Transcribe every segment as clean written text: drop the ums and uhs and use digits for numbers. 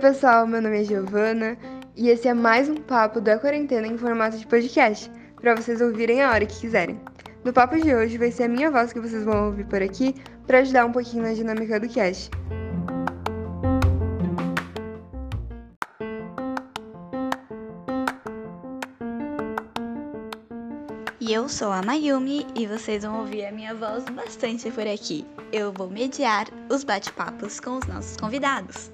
pessoal, meu nome é Giovana e esse é mais um papo da quarentena em formato de podcast, para vocês ouvirem a hora que quiserem. No papo de hoje vai ser a minha voz que vocês vão ouvir por aqui para ajudar um pouquinho na dinâmica do cast. E eu sou a Mayumi e vocês vão ouvir a minha voz bastante por aqui. Eu vou mediar os bate-papos com os nossos convidados.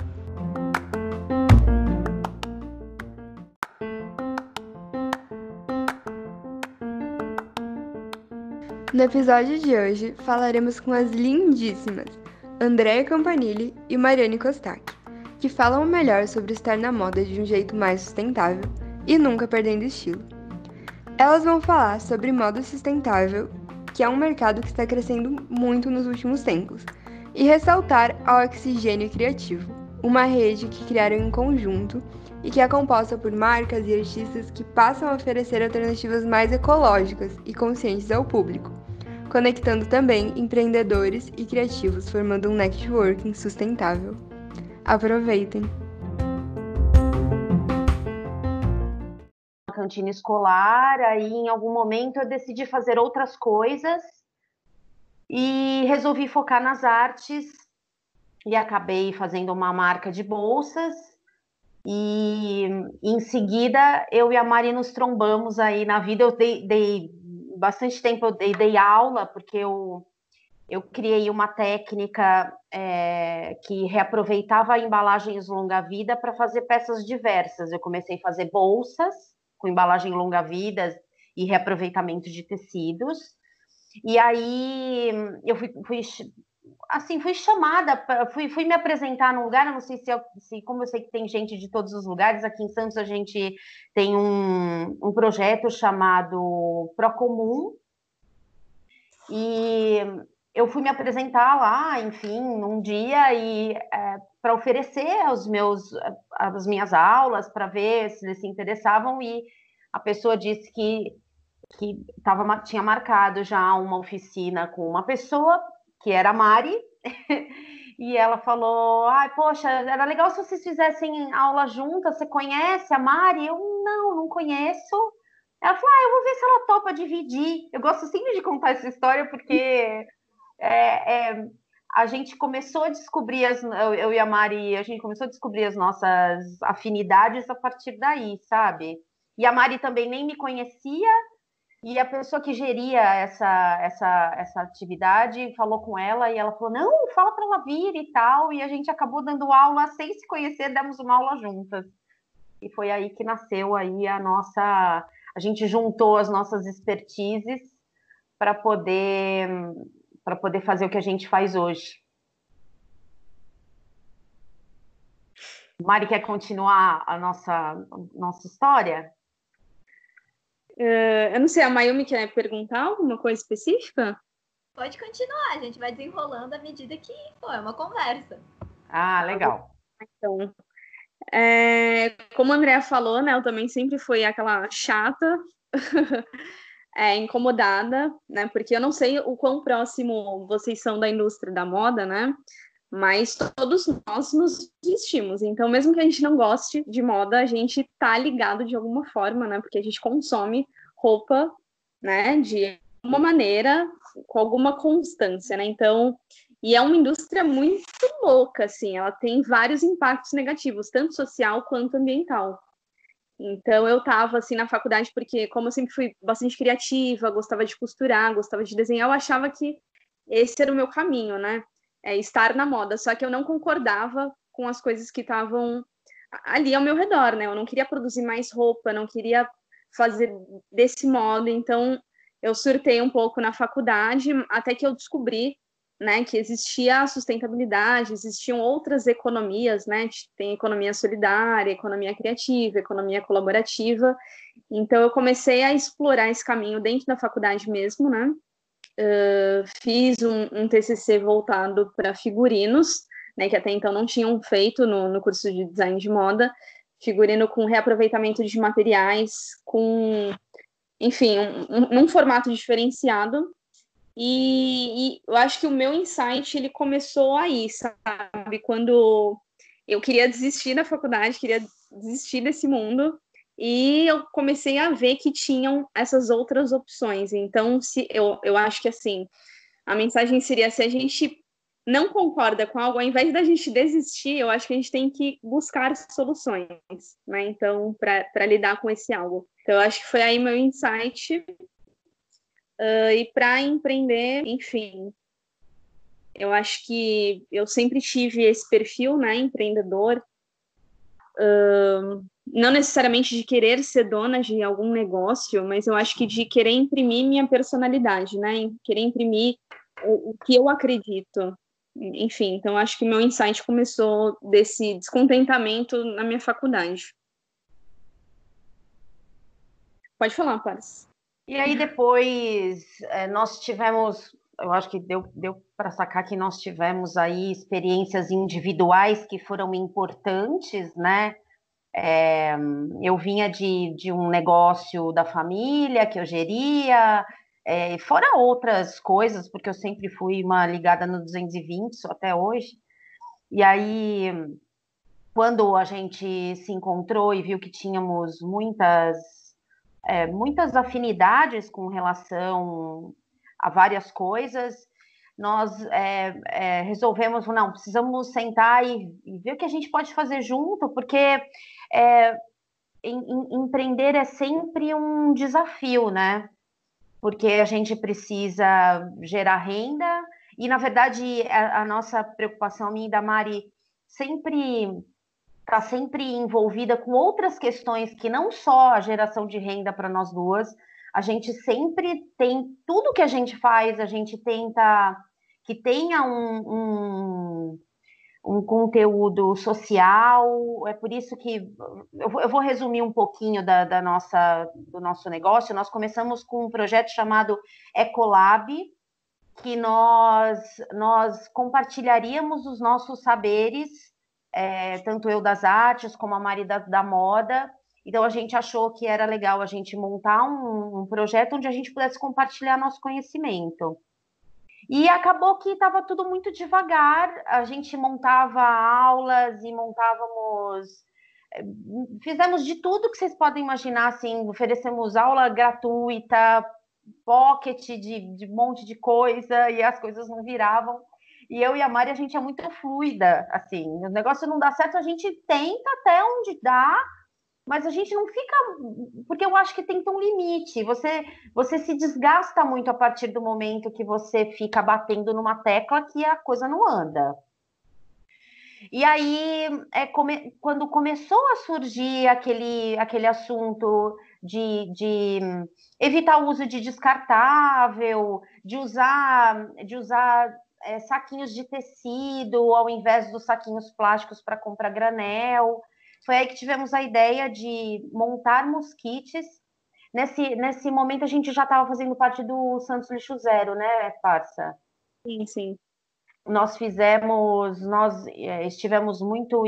No episódio de hoje falaremos com as lindíssimas Andréa Campanile e Mariane Costach, que falam melhor sobre estar na moda de um jeito mais sustentável e nunca perdendo estilo. Elas vão falar sobre moda sustentável, que é um mercado que está crescendo muito nos últimos tempos, e ressaltar a Oxigênio Criativo, uma rede que criaram em conjunto e que é composta por marcas e artistas que passam a oferecer alternativas mais ecológicas e conscientes ao público, conectando também empreendedores e criativos, formando um networking sustentável. Aproveitem! Cantina escolar, aí em algum momento eu decidi fazer outras coisas e resolvi focar nas artes e acabei fazendo uma marca de bolsas e em seguida eu e a Mari nos trombamos aí na vida. Eu dei bastante tempo, eu dei aula porque eu criei uma técnica que reaproveitava embalagens longa-vida para fazer peças diversas. Eu comecei a fazer bolsas com embalagem longa-vida e reaproveitamento de tecidos. E aí eu fui chamada, fui me apresentar num lugar, eu não sei como eu sei que tem gente de todos os lugares, aqui em Santos a gente tem um projeto chamado Procomum, e eu fui me apresentar lá, enfim, num dia e para oferecer as minhas aulas, para ver se eles se interessavam, e a pessoa disse que tinha marcado já uma oficina com uma pessoa, que era a Mari, e ela falou, poxa, era legal se vocês fizessem aula juntas, você conhece a Mari? Eu, não conheço. Ela falou, eu vou ver se ela topa dividir. Eu gosto sempre de contar essa história, porque a gente começou a descobrir, eu e a Mari, a gente começou a descobrir as nossas afinidades a partir daí, sabe? E a Mari também nem me conhecia, e a pessoa que geria essa atividade falou com ela, e ela falou, não, fala para ela vir e tal, e a gente acabou dando aula sem se conhecer, demos uma aula juntas. E foi aí que nasceu aí a gente juntou as nossas expertises para poder fazer o que a gente faz hoje. Mari, quer continuar a nossa história? Eu não sei, a Mayumi quer perguntar alguma coisa específica? Pode continuar, a gente vai desenrolando à medida que for, é uma conversa. Ah, legal. Então, como a Andrea falou, né, eu também sempre fui aquela chata, incomodada, né, porque eu não sei o quão próximo vocês são da indústria da moda, né, mas todos nós nos vestimos, então mesmo que a gente não goste de moda, a gente tá ligado de alguma forma, né, porque a gente consome roupa, né, de uma maneira, com alguma constância, né, então, e é uma indústria muito louca, assim, ela tem vários impactos negativos, tanto social quanto ambiental. Então eu tava assim na faculdade, porque como eu sempre fui bastante criativa, gostava de costurar, gostava de desenhar, eu achava que esse era o meu caminho, né, estar na moda, só que eu não concordava com as coisas que estavam ali ao meu redor, né, eu não queria produzir mais roupa, não queria fazer desse modo, então eu surtei um pouco na faculdade, até que eu descobri, né, que existia a sustentabilidade, existiam outras economias, né, tem economia solidária, economia criativa, economia colaborativa, então eu comecei a explorar esse caminho dentro da faculdade mesmo, né, fiz um TCC voltado para figurinos, né, que até então não tinham feito no curso de design de moda, figurino com reaproveitamento de materiais, com, enfim, num formato diferenciado, e eu acho que o meu insight, ele começou aí, sabe, quando eu queria desistir da faculdade, queria desistir desse mundo, e eu comecei a ver que tinham essas outras opções. Então, eu acho que, assim, a mensagem seria, se a gente não concorda com algo, ao invés da gente desistir, eu acho que a gente tem que buscar soluções, né? Então, para lidar com esse algo. Então, eu acho que foi aí meu insight. E para empreender, enfim, eu acho que eu sempre tive esse perfil, né, empreendedor, não necessariamente de querer ser dona de algum negócio, mas eu acho que de querer imprimir minha personalidade, né, querer imprimir o que eu acredito. Enfim, então acho que o meu insight começou desse descontentamento na minha faculdade. Pode falar, Paris. E aí depois nós tivemos, eu acho que deu para sacar que nós tivemos aí experiências individuais que foram importantes, né? Eu vinha de um negócio da família que eu geria, fora outras coisas, porque eu sempre fui uma ligada no 220, só até hoje. E aí, quando a gente se encontrou e viu que tínhamos muitas afinidades com relação a várias coisas, nós resolvemos, não, precisamos sentar e ver o que a gente pode fazer junto, porque empreender é sempre um desafio, né? Porque a gente precisa gerar renda e, na verdade, a nossa preocupação, minha e da Mari, está sempre envolvida com outras questões que não só a geração de renda para nós duas. A gente sempre tem, tudo que a gente faz, a gente tenta que tenha um conteúdo social. É por isso que eu vou resumir um pouquinho do nosso negócio. Nós começamos com um projeto chamado Ecolab, que nós compartilharíamos os nossos saberes, tanto eu das artes como a Mari da moda. Então a gente achou que era legal a gente montar um projeto onde a gente pudesse compartilhar nosso conhecimento. E acabou que estava tudo muito devagar, a gente montava aulas e fizemos de tudo que vocês podem imaginar, assim, oferecemos aula gratuita, pocket de um monte de coisa, e as coisas não viravam. E eu e a Mari, a gente é muito fluida, assim, o negócio não dá certo, a gente tenta até onde dá, mas a gente não fica, porque eu acho que tem um limite, você se desgasta muito a partir do momento que você fica batendo numa tecla que a coisa não anda. E aí, quando começou a surgir aquele assunto de evitar o uso de descartável, de usar saquinhos de tecido ao invés dos saquinhos plásticos para comprar granel, foi aí que tivemos a ideia de montarmos kits. Nesse momento, a gente já estava fazendo parte do Santos Lixo Zero, né, parça? Sim, sim. Nós estivemos muito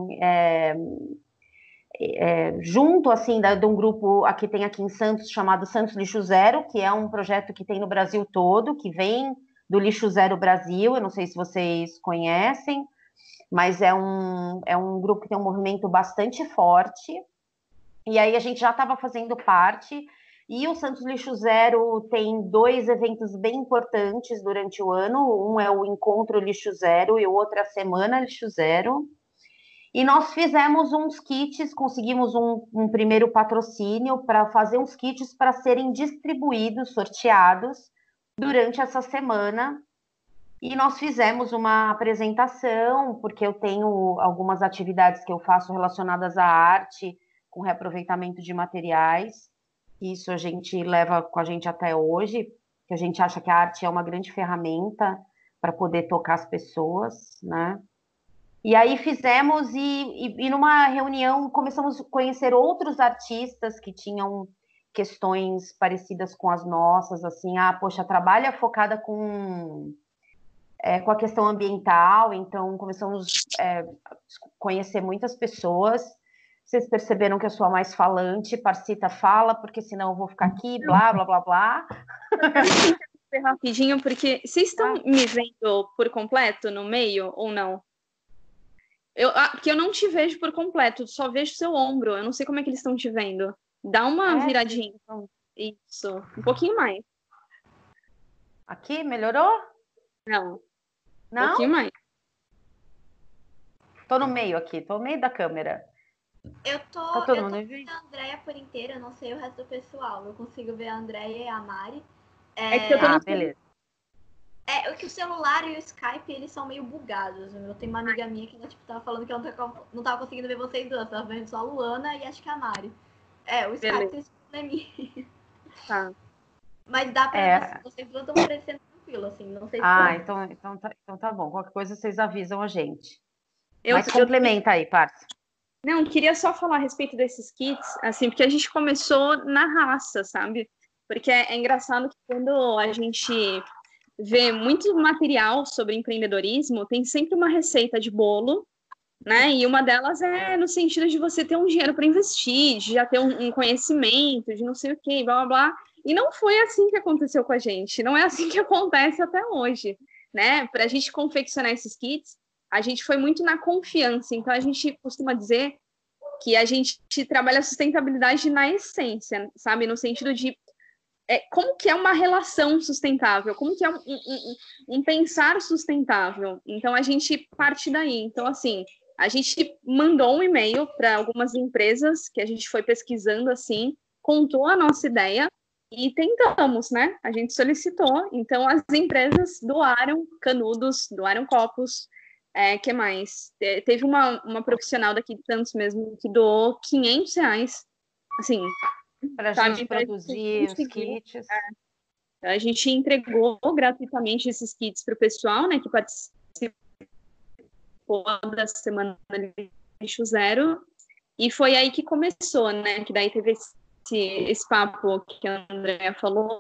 junto, assim, de um grupo que tem aqui em Santos, chamado Santos Lixo Zero, que é um projeto que tem no Brasil todo, que vem do Lixo Zero Brasil. Eu não sei se vocês conhecem, mas é um grupo que tem um movimento bastante forte. E aí a gente já estava fazendo parte. E o Santos Lixo Zero tem 2 eventos bem importantes durante o ano. Um é o Encontro Lixo Zero e o outro é a Semana Lixo Zero. E nós fizemos uns kits, conseguimos um primeiro patrocínio para fazer uns kits para serem distribuídos, sorteados, durante essa semana. E nós fizemos uma apresentação, porque eu tenho algumas atividades que eu faço relacionadas à arte, com reaproveitamento de materiais. Isso a gente leva com a gente até hoje, que a gente acha que a arte é uma grande ferramenta para poder tocar as pessoas, né? E aí fizemos, e numa reunião começamos a conhecer outros artistas que tinham questões parecidas com as nossas, assim, poxa, trabalha focada com a questão ambiental, então começamos a conhecer muitas pessoas. Vocês perceberam que eu sou a mais falante, Parcita fala, porque senão eu vou ficar aqui, blá, blá, blá, blá. Rapidinho, porque vocês estão me vendo por completo no meio ou não? Porque eu não te vejo por completo, só vejo seu ombro. Eu não sei como é que eles estão te vendo. Dá uma viradinha. Isso. Um pouquinho mais. Aqui, melhorou? Não. Um Não? pouquinho mais. Tô no meio aqui, tô no meio da câmera. Eu tô vendo a Andréia por inteiro, eu não sei o resto do pessoal. Eu consigo ver a Andréia e a Mari. Beleza. É que o celular e o Skype, eles são meio bugados. Eu tenho uma amiga minha que ela, tipo, tava falando que ela não tava conseguindo ver vocês duas. Tava vendo só a Luana e acho que a Mari. O Skype tem esse probleminha. Tá. Mas dá pra ver, vocês duas estão aparecendo tranquilo, assim. Não sei se então tá bom. Qualquer coisa vocês avisam a gente. Mas complementa aí, parça. Não, queria só falar a respeito desses kits, assim, porque a gente começou na raça, sabe? Porque é engraçado que quando a gente vê muito material sobre empreendedorismo, tem sempre uma receita de bolo, né? E uma delas é no sentido de você ter um dinheiro para investir, de já ter um conhecimento, de não sei o quê, blá, blá, blá. E não foi assim que aconteceu com a gente, não é assim que acontece até hoje, né? Para a gente confeccionar esses kits, a gente foi muito na confiança. Então, a gente costuma dizer que a gente trabalha a sustentabilidade na essência, sabe? No sentido de como que é uma relação sustentável, como que é um pensar sustentável. Então, a gente parte daí. Então, assim, a gente mandou um e-mail para algumas empresas que a gente foi pesquisando, assim, contou a nossa ideia e tentamos, né? A gente solicitou. Então, as empresas doaram canudos, doaram copos. Que mais? Teve uma profissional daqui de Santos mesmo que doou R$ 500, assim, para a gente produzir os kits. A gente entregou gratuitamente esses kits para o pessoal, né, que participou da Semana Lixo Zero, e foi aí que começou, né, que daí teve esse papo que a Andrea falou,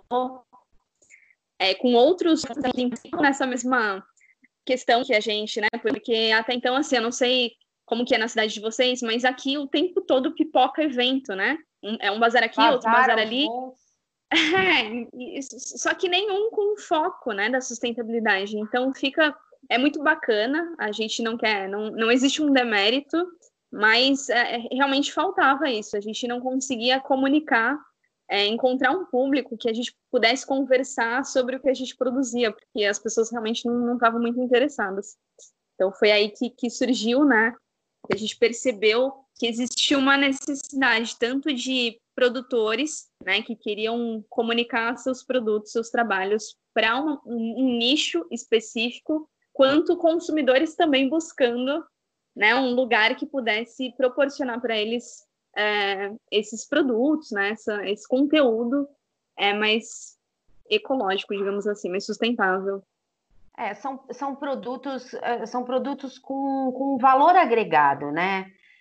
com outros nessa mesma questão que a gente, né, porque até então, assim, eu não sei como que é na cidade de vocês, mas aqui o tempo todo pipoca evento, né, um bazar aqui, outro bazar ali, só que nenhum com foco, né, da sustentabilidade. Então é muito bacana. A gente não quer, não existe um demérito, mas realmente faltava isso. A gente não conseguia comunicar, encontrar um público que a gente pudesse conversar sobre o que a gente produzia, porque as pessoas realmente não estavam muito interessadas. Então foi aí que surgiu, né, que a gente percebeu que existia uma necessidade tanto de produtores, né, que queriam comunicar seus produtos, seus trabalhos para um nicho específico, quanto consumidores também buscando, né, um lugar que pudesse proporcionar para eles esses produtos, né, esse conteúdo mais ecológico, digamos assim, mais sustentável. São produtos com valor agregado, né?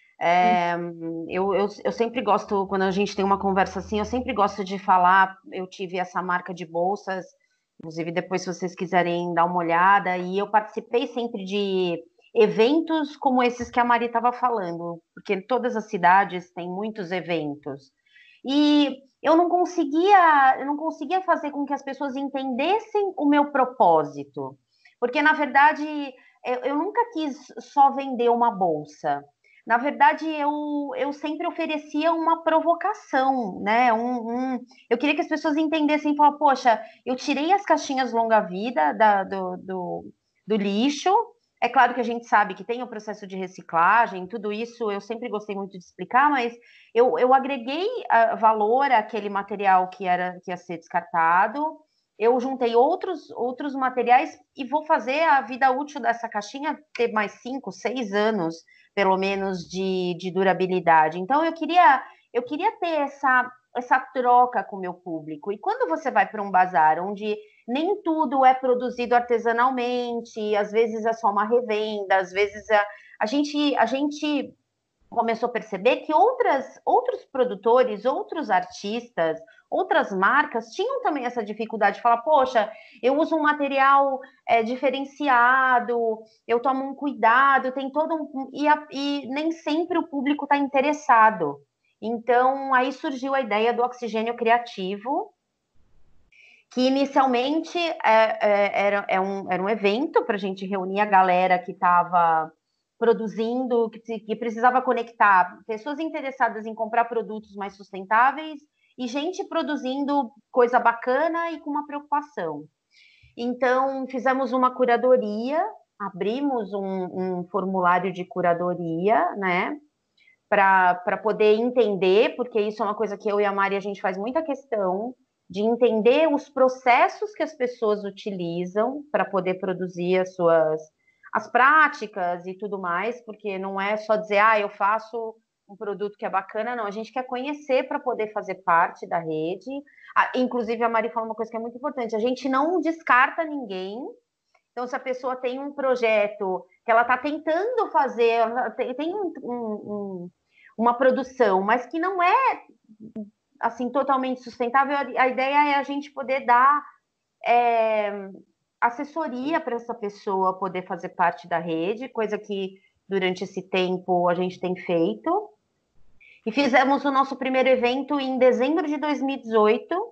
Eu sempre gosto, quando a gente tem uma conversa assim, eu sempre gosto de falar, eu tive essa marca de bolsas, inclusive depois se vocês quiserem dar uma olhada, e eu participei sempre de eventos como esses que a Mari estava falando, porque todas as cidades têm muitos eventos. E eu não conseguia fazer com que as pessoas entendessem o meu propósito. Porque, na verdade, eu nunca quis só vender uma bolsa. Na verdade, eu sempre oferecia uma provocação, né? Eu queria que as pessoas entendessem e falassem, poxa, eu tirei as caixinhas longa-vida do lixo. É claro que a gente sabe que tem o processo de reciclagem, tudo isso eu sempre gostei muito de explicar, mas eu agreguei valor àquele material que ia ser descartado. Eu juntei outros materiais e vou fazer a vida útil dessa caixinha ter mais 5, 6 anos, pelo menos, de durabilidade. Então, eu queria ter essa troca com o meu público. E quando você vai para um bazar onde nem tudo é produzido artesanalmente, às vezes é só uma revenda, às vezes a gente começou a perceber que outros produtores, outros artistas, outras marcas tinham também essa dificuldade de falar, poxa, eu uso um material diferenciado, eu tomo um cuidado, tem e nem sempre o público está interessado. Então, aí surgiu a ideia do oxigênio criativo, que inicialmente era um evento para a gente reunir a galera que estava produzindo, que precisava conectar pessoas interessadas em comprar produtos mais sustentáveis e gente produzindo coisa bacana e com uma preocupação. Então, fizemos uma curadoria, abrimos um formulário de curadoria, né, para poder entender, porque isso é uma coisa que eu e a Mari, a gente faz muita questão de entender os processos que as pessoas utilizam para poder produzir as práticas e tudo mais, porque não é só dizer, eu faço um produto que é bacana, não, a gente quer conhecer para poder fazer parte da rede. Inclusive, a Mari falou uma coisa que é muito importante, a gente não descarta ninguém. Então, se a pessoa tem um projeto que ela está tentando fazer, tem uma produção, mas que não é assim totalmente sustentável, a ideia é a gente poder dar assessoria para essa pessoa poder fazer parte da rede, coisa que durante esse tempo a gente tem feito. E fizemos o nosso primeiro evento em dezembro de 2018.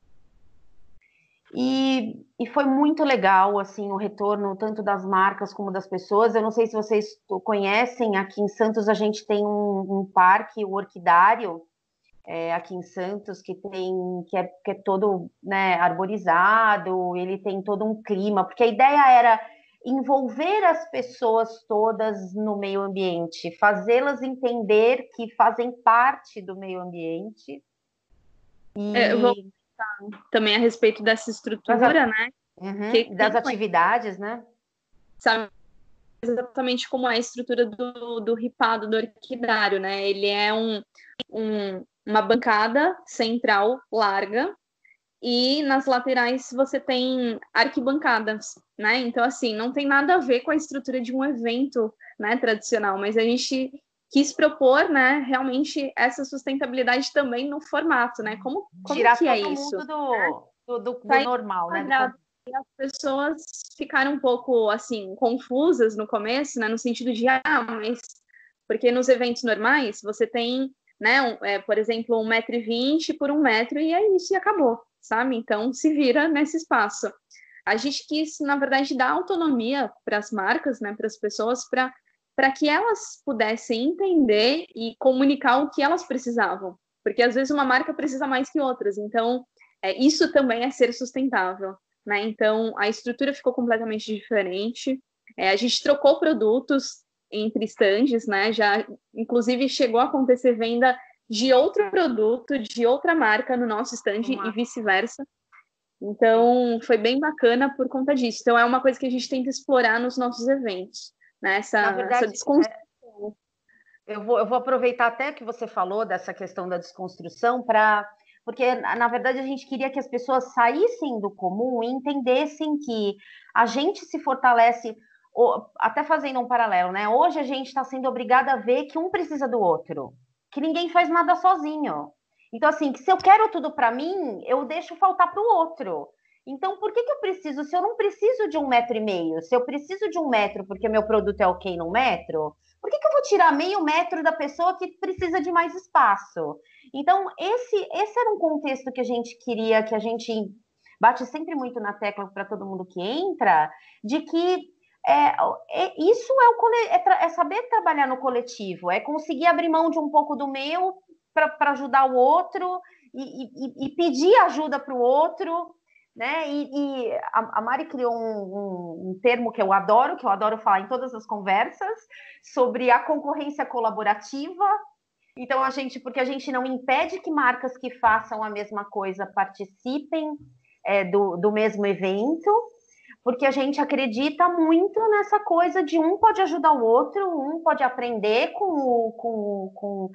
E foi muito legal, assim, o retorno tanto das marcas como das pessoas. Eu não sei se vocês conhecem, aqui em Santos a gente tem um parque, o Orquidário, aqui em Santos, que é todo, né, arborizado, ele tem todo um clima, porque a ideia era envolver as pessoas todas no meio ambiente, fazê-las entender que fazem parte do meio ambiente. Eu vou também a respeito dessa estrutura, né? Das atividades, né? Sabe exatamente como é a estrutura do ripado, do orquidário, né? Ele é uma bancada central larga e nas laterais você tem arquibancadas, né? Então, assim, não tem nada a ver com a estrutura de um evento, né, tradicional, mas a gente quis propor, né, realmente essa sustentabilidade também no formato, né? Como tirar que é todo isso? mundo do normal, né? E as pessoas ficaram um pouco, assim, confusas no começo, né? No sentido de, mas... Porque nos eventos normais, você tem, né, por exemplo, 1,20 m por 1 metro e é isso, e acabou, sabe? Então, se vira nesse espaço. A gente quis, na verdade, dar autonomia para as marcas, né, para as pessoas, para que elas pudessem entender e comunicar o que elas precisavam. Porque, às vezes, uma marca precisa mais que outras. Então, isso também é ser sustentável, né? Então, a estrutura ficou completamente diferente. A gente trocou produtos entre estandes, né? Já, inclusive, chegou a acontecer venda de outro produto, de outra marca no nosso stand e vice-versa. Então, foi bem bacana por conta disso. Então, é uma coisa que a gente tenta explorar nos nossos eventos, né? Essa desconstrução. Eu vou aproveitar até que você falou dessa questão da desconstrução porque, na verdade, a gente queria que as pessoas saíssem do comum e entendessem que a gente se fortalece, até fazendo um paralelo, né? Hoje a gente está sendo obrigada a ver que um precisa do outro, que ninguém faz nada sozinho. Então, assim, que se eu quero tudo para mim, eu deixo faltar para o outro. Então, por que eu preciso, se eu não preciso de 1,5 m, se eu preciso de 1 metro porque meu produto é ok no metro, por que eu vou tirar meio metro da pessoa que precisa de mais espaço? Então, esse era um contexto que a gente queria, que a gente bate sempre muito na tecla para todo mundo que entra, de que isso é saber trabalhar no coletivo, é conseguir abrir mão de um pouco do meu para ajudar o outro e pedir ajuda para o outro, né? E a Mari criou um termo que eu adoro falar em todas as conversas, sobre a concorrência colaborativa. Então, porque a gente não impede que marcas que façam a mesma coisa participem do mesmo evento, porque a gente acredita muito nessa coisa de um pode ajudar o outro, um pode aprender com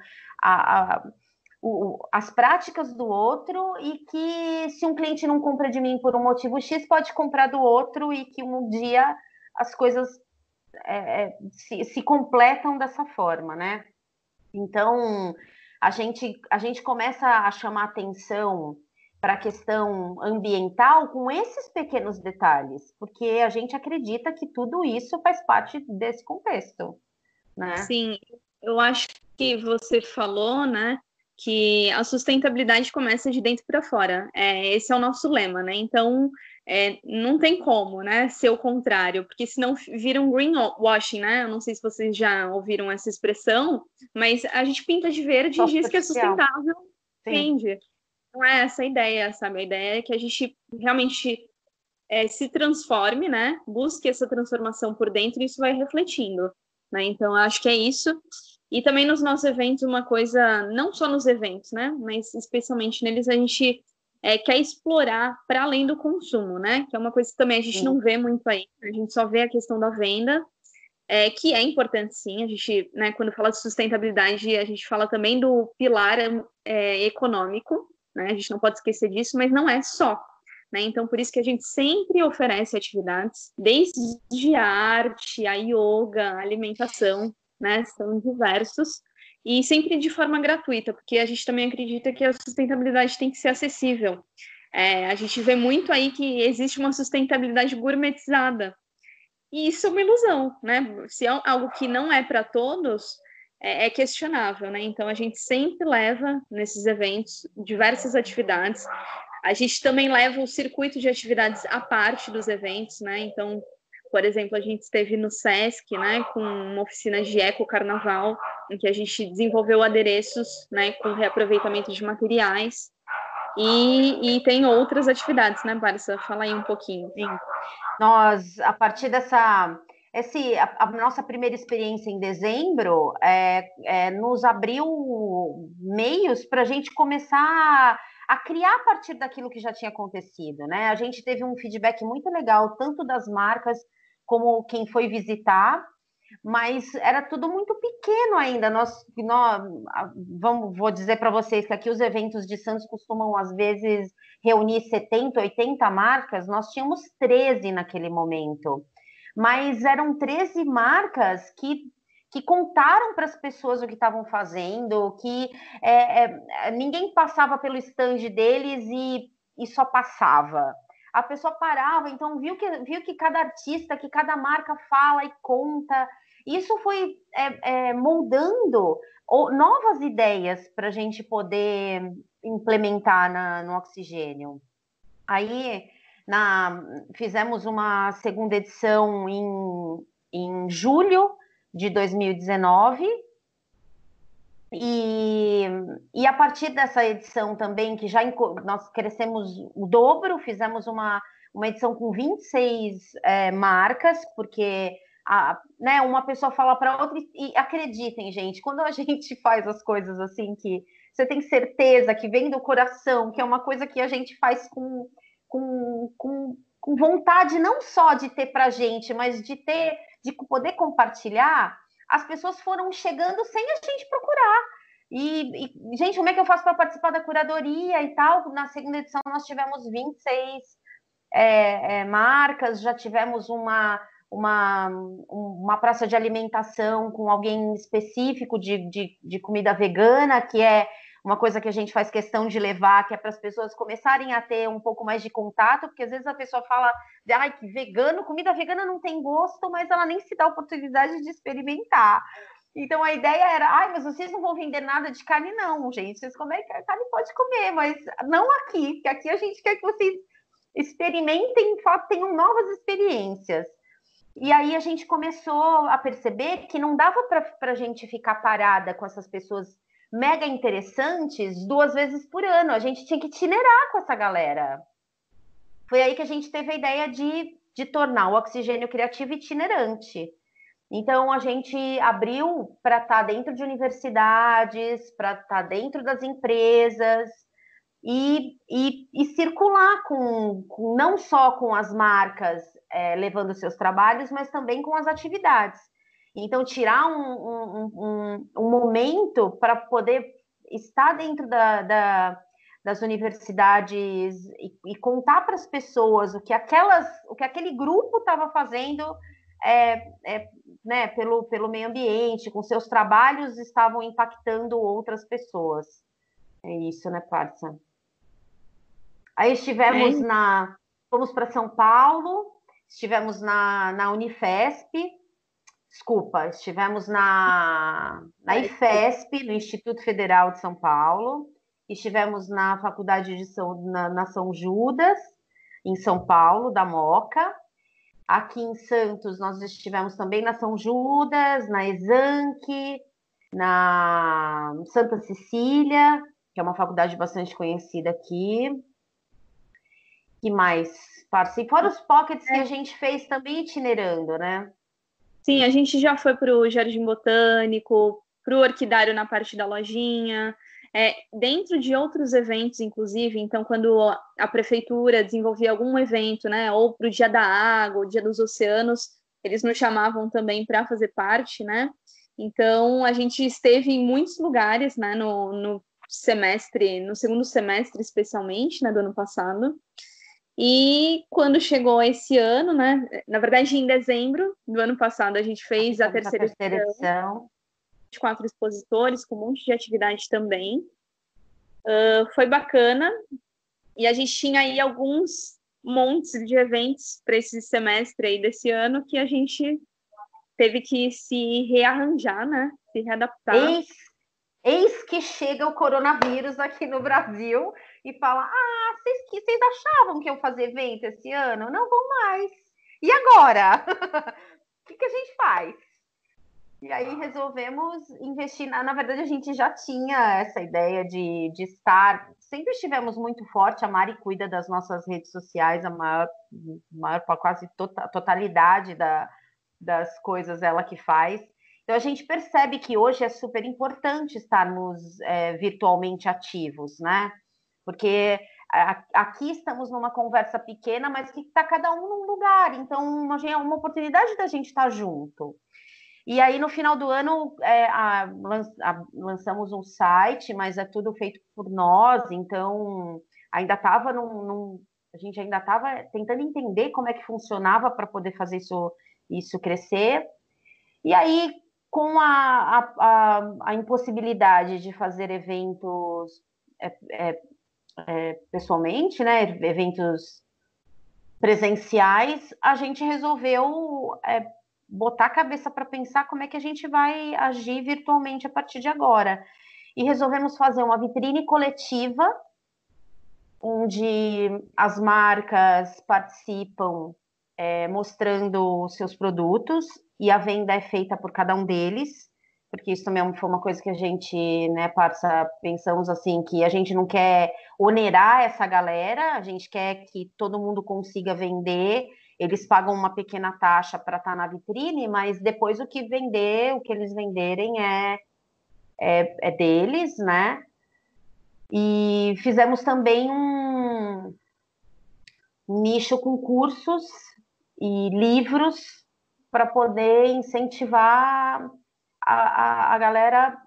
as práticas do outro, e que se um cliente não compra de mim por um motivo X, pode comprar do outro, e que um dia as coisas se completam dessa forma, né? Então, a gente começa a chamar atenção para a questão ambiental com esses pequenos detalhes, porque a gente acredita que tudo isso faz parte desse contexto, né? Sim, eu acho que você falou, né, que a sustentabilidade começa de dentro para fora. Esse é o nosso lema, né? Então, não tem como, né, ser o contrário, porque senão vira um greenwashing, né? Eu não sei se vocês já ouviram essa expressão, mas a gente pinta de verde e diz que é sustentável, entende? Não é essa a ideia, sabe? A ideia é que a gente realmente se transforme, né? Busque essa transformação por dentro e isso vai refletindo, né? Então, eu acho que é isso. E também nos nossos eventos, uma coisa, não só nos eventos, né? Mas especialmente neles, a gente quer explorar para além do consumo, né? Que é uma coisa que também a gente não vê muito aí. A gente só vê a questão da venda, que é importante sim. A gente, né, quando fala de sustentabilidade, a gente fala também do pilar econômico, né? A gente não pode esquecer disso, mas não é só. Né? Então, por isso que a gente sempre oferece atividades, desde a arte, a yoga, a alimentação, né? São diversos, e sempre de forma gratuita, porque a gente também acredita que a sustentabilidade tem que ser acessível. A gente vê muito aí que existe uma sustentabilidade gourmetizada, e isso é uma ilusão, né? Se é algo que não é para todos, é questionável, né? Então, a gente sempre leva nesses eventos diversas atividades. A gente também leva o circuito de atividades à parte dos eventos, né? Então, por exemplo, a gente esteve no Sesc, né, com uma oficina de eco-carnaval, em que a gente desenvolveu adereços, né, com reaproveitamento de materiais. E tem outras atividades, né, Barça? Fala aí um pouquinho. Sim. Nós, a partir dessa... a nossa primeira experiência em dezembro nos abriu meios para a gente começar a criar a partir daquilo que já tinha acontecido, né? A gente teve um feedback muito legal, tanto das marcas como quem foi visitar, mas era tudo muito pequeno ainda. Vou dizer para vocês que aqui os eventos de Santos costumam, às vezes, reunir 70, 80 marcas, nós tínhamos 13 naquele momento. Mas eram 13 marcas que contaram para as pessoas o que estavam fazendo, que ninguém passava pelo stand deles e só passava. A pessoa parava, então viu que cada artista, que cada marca fala e conta. Isso foi moldando novas ideias para a gente poder implementar no Oxigênio. Aí fizemos uma segunda edição em julho de 2019, e a partir dessa edição também, que nós crescemos o dobro, fizemos uma edição com 26 marcas, porque né, uma pessoa fala para outra, e acreditem, gente, quando a gente faz as coisas assim, que você tem certeza que vem do coração, que é uma coisa que a gente faz com vontade não só de ter para a gente, mas de poder compartilhar, as pessoas foram chegando sem a gente procurar. Gente, como é que eu faço para participar da curadoria e tal? Na segunda edição nós tivemos 26 marcas, já tivemos uma praça de alimentação com alguém específico de comida vegana, que é uma coisa que a gente faz questão de levar, que é para as pessoas começarem a ter um pouco mais de contato, porque às vezes a pessoa fala, ai, que vegano, comida vegana não tem gosto, mas ela nem se dá a oportunidade de experimentar. Então a ideia era, ai, mas vocês não vão vender nada de carne, não, gente. Vocês comerem carne, pode comer, mas não aqui, porque aqui a gente quer que vocês experimentem, tenham novas experiências. E aí a gente começou a perceber que não dava para a gente ficar parada com essas pessoas mega interessantes 2 vezes por ano. A gente tinha que itinerar com essa galera. Foi aí que a gente teve a ideia de tornar o Oxigênio Criativo itinerante. Então, a gente abriu para estar dentro de universidades, para estar dentro das empresas e circular não só com as marcas levando seus trabalhos, mas também com as atividades. Então, tirar um momento para poder estar dentro das universidades e contar para as pessoas o que aquele grupo estava fazendo né, pelo meio ambiente, com seus trabalhos estavam impactando outras pessoas. É isso, né, parça? Aí fomos para São Paulo, estivemos na Unifesp, estivemos na IFESP, no Instituto Federal de São Paulo, estivemos na Faculdade de Saúde, na São Judas, em São Paulo, da Moca. Aqui em Santos, nós estivemos também na São Judas, na Exanc, na Santa Cecília, que é uma faculdade bastante conhecida aqui. Que mais, Parce? E fora os pockets que a gente fez também itinerando, né? Sim, a gente já foi para o Jardim Botânico, para o Orquidário na parte da lojinha, dentro de outros eventos, inclusive. Então, quando a prefeitura desenvolvia algum evento, né, ou para o Dia da Água, o Dia dos Oceanos, eles nos chamavam também para fazer parte, né? Então, a gente esteve em muitos lugares, né, no semestre, no segundo semestre, especialmente, né, do ano passado. E quando chegou esse ano, né? Na verdade, em dezembro do ano passado, a gente fez a terceira edição. 24 expositores, com um monte de atividade também. Foi bacana. E a gente tinha aí alguns montes de eventos para esse semestre aí desse ano que a gente teve que se rearranjar, né? Se readaptar. Eis que chega o coronavírus aqui no Brasil e fala: vocês achavam que iam fazer evento esse ano? Não vão mais. E agora? O que a gente faz? E aí resolvemos investir. Na verdade, a gente já tinha essa ideia de estar. Sempre estivemos muito forte. A Mari cuida das nossas redes sociais, a maior quase totalidade das coisas ela que faz. Então, a gente percebe que hoje é super importante estarmos virtualmente ativos, né? Porque aqui estamos numa conversa pequena, mas que está cada um num lugar. Então, é uma oportunidade da gente estar junto. E aí, no final do ano, lançamos um site, mas é tudo feito por nós. Então, ainda estava a gente ainda estava tentando entender como é que funcionava para poder fazer isso crescer. E aí, com a impossibilidade de fazer eventos pessoalmente, né, eventos presenciais, a gente resolveu botar a cabeça para pensar como é que a gente vai agir virtualmente a partir de agora. E resolvemos fazer uma vitrine coletiva, onde as marcas participam mostrando seus produtos, e a venda é feita por cada um deles, porque isso também foi uma coisa que a gente, né, Parça, pensamos assim, que a gente não quer onerar essa galera, a gente quer que todo mundo consiga vender, eles pagam uma pequena taxa para estar na vitrine, mas depois o que eles venderem é deles, né? E fizemos também um nicho com cursos e livros para poder incentivar a galera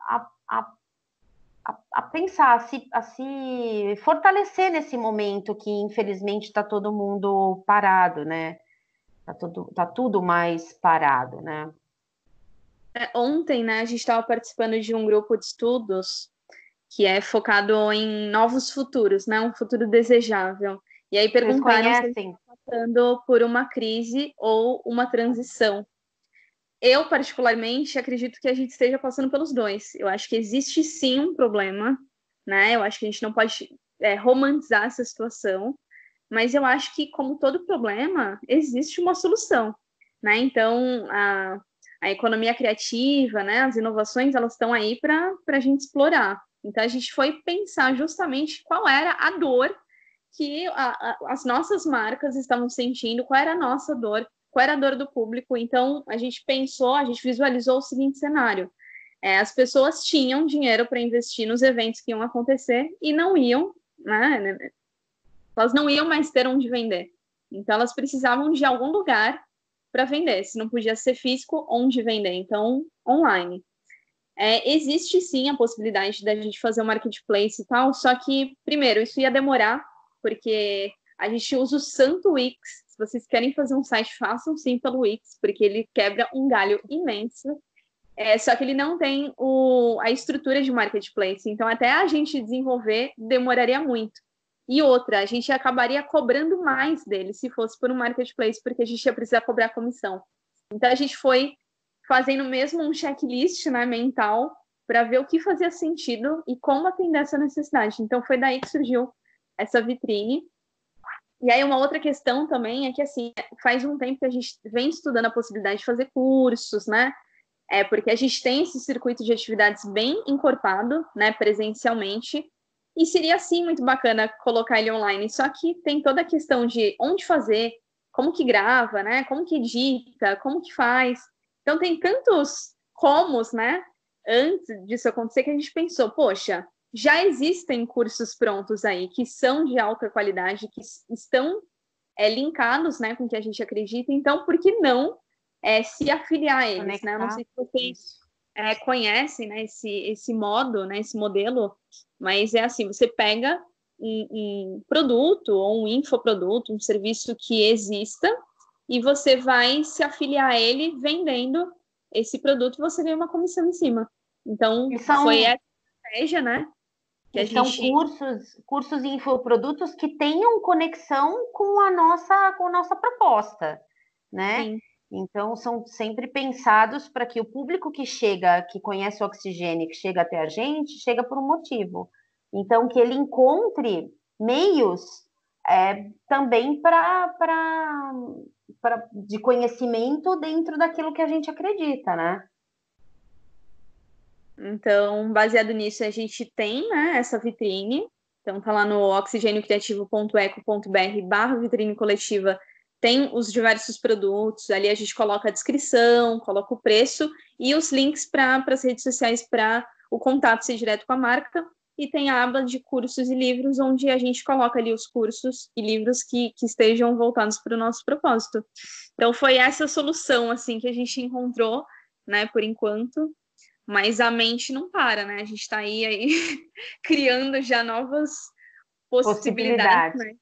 a pensar, a se fortalecer nesse momento que, infelizmente, está todo mundo parado, né? Tá tudo mais parado, né? Ontem, né, a gente estava participando de um grupo de estudos que é focado em novos futuros, né? Um futuro desejável. E aí perguntaram se estão passando por uma crise ou uma transição. Eu, particularmente, acredito que a gente esteja passando pelos dois. Eu acho que existe sim um problema, né? Eu acho que a gente não pode romantizar essa situação, mas eu acho que, como todo problema, existe uma solução, né? Então, a economia criativa, né? As inovações, elas estão aí para a gente explorar. Então, a gente foi pensar justamente qual era a dor que as nossas marcas estavam sentindo, qual era a nossa dor, qual era a dor do público. Então, a gente visualizou o seguinte cenário. As pessoas tinham dinheiro para investir nos eventos que iam acontecer e não iam, né? Elas não iam mais ter onde vender. Então, elas precisavam de algum lugar para vender. Se não podia ser físico, onde vender? Então, online. Existe, sim, a possibilidade da gente fazer um marketplace e tal, só que, primeiro, isso ia demorar, porque a gente usa o santo Wix. Se vocês querem fazer um site, façam sim pelo Wix, porque ele quebra um galho imenso. Só que ele não tem a estrutura de marketplace. Então, até a gente desenvolver, demoraria muito. E outra, a gente acabaria cobrando mais dele se fosse por um marketplace, porque a gente ia precisar cobrar comissão. Então, a gente foi fazendo mesmo um checklist, né, mental, para ver o que fazia sentido e como atender essa necessidade. Então, foi daí que surgiu essa vitrine. E aí uma outra questão também é que, assim, faz um tempo que a gente vem estudando a possibilidade de fazer cursos, né? Porque a gente tem esse circuito de atividades bem encorpado, né, presencialmente, e seria, assim, muito bacana colocar ele online. Só que tem toda a questão de onde fazer, como que grava, né, como que edita, como que faz. Então, tem tantos comos, né, antes disso acontecer, que a gente pensou, poxa, já existem cursos prontos aí, que são de alta qualidade, que estão linkados, né, com o que a gente acredita, então, por que não se afiliar a eles, né? Eu não sei se vocês conhecem, né, esse modo, né, esse modelo, mas é assim, você pega um produto ou um infoproduto, um serviço que exista, e você vai se afiliar a ele vendendo esse produto e você ganha uma comissão em cima. Então, foi essa estratégia, né? Que são cursos e infoprodutos que tenham conexão com a nossa proposta, né? Sim. Então, são sempre pensados para que o público que chega, que conhece o Oxigênio, que chega até a gente, chega por um motivo. Então, que ele encontre meios também de conhecimento dentro daquilo que a gente acredita, né? Então, baseado nisso, a gente tem, né, essa vitrine. Então, tá lá no oxigêniocriativo.eco.br/vitrine coletiva. Tem os diversos produtos. Ali a gente coloca a descrição, coloca o preço e os links para as redes sociais para o contato ser direto com a marca. E tem a aba de cursos e livros, onde a gente coloca ali os cursos e livros que estejam voltados para o nosso propósito. Então, foi essa solução, assim, que a gente encontrou, né, por enquanto. Mas a mente não para, né? A gente está aí criando já novas possibilidades. Né?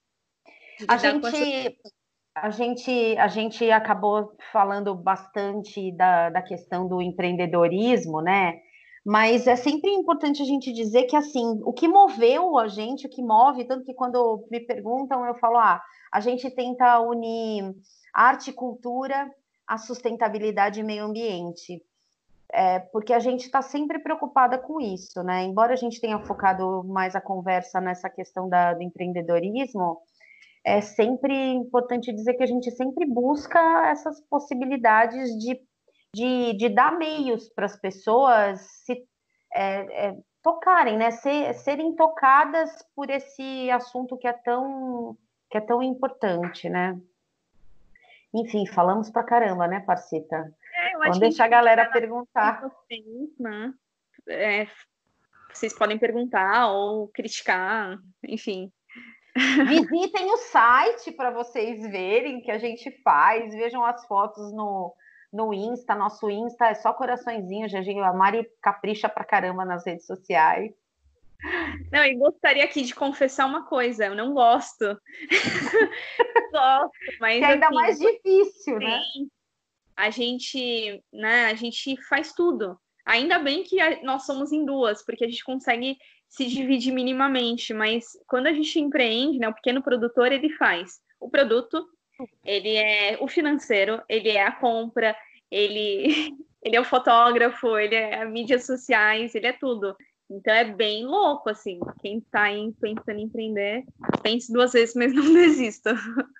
A gente acabou falando bastante da questão do empreendedorismo, né? Mas é sempre importante a gente dizer que, assim, o que moveu a gente, o que move, tanto que quando me perguntam, eu falo, a gente tenta unir arte e cultura, a sustentabilidade e meio ambiente. Porque a gente está sempre preocupada com isso, né? Embora a gente tenha focado mais a conversa nessa questão do empreendedorismo, é sempre importante dizer que a gente sempre busca essas possibilidades de dar meios para as pessoas se tocarem, né? Serem tocadas por esse assunto que é tão importante, né? Enfim, falamos pra caramba, né, Parcita? Vamos deixar a galera perguntar. Vocês, né? Vocês podem perguntar ou criticar, enfim. Visitem o site para vocês verem o que a gente faz, vejam as fotos no Insta, nosso Insta é só coraçõezinho, a Mari capricha pra caramba nas redes sociais. Não, e gostaria aqui de confessar uma coisa, eu não gosto. Gosto, mas que é ainda mais difícil, né? A gente faz tudo. Ainda bem que nós somos em duas, porque a gente consegue se dividir minimamente, mas quando a gente empreende, né, o pequeno produtor, ele faz o produto, ele é o financeiro, ele é a compra, ele é o fotógrafo, ele é as mídias sociais, ele é tudo. Então é bem louco, assim, quem tá aí pensando em empreender, pense duas vezes, mas não desista.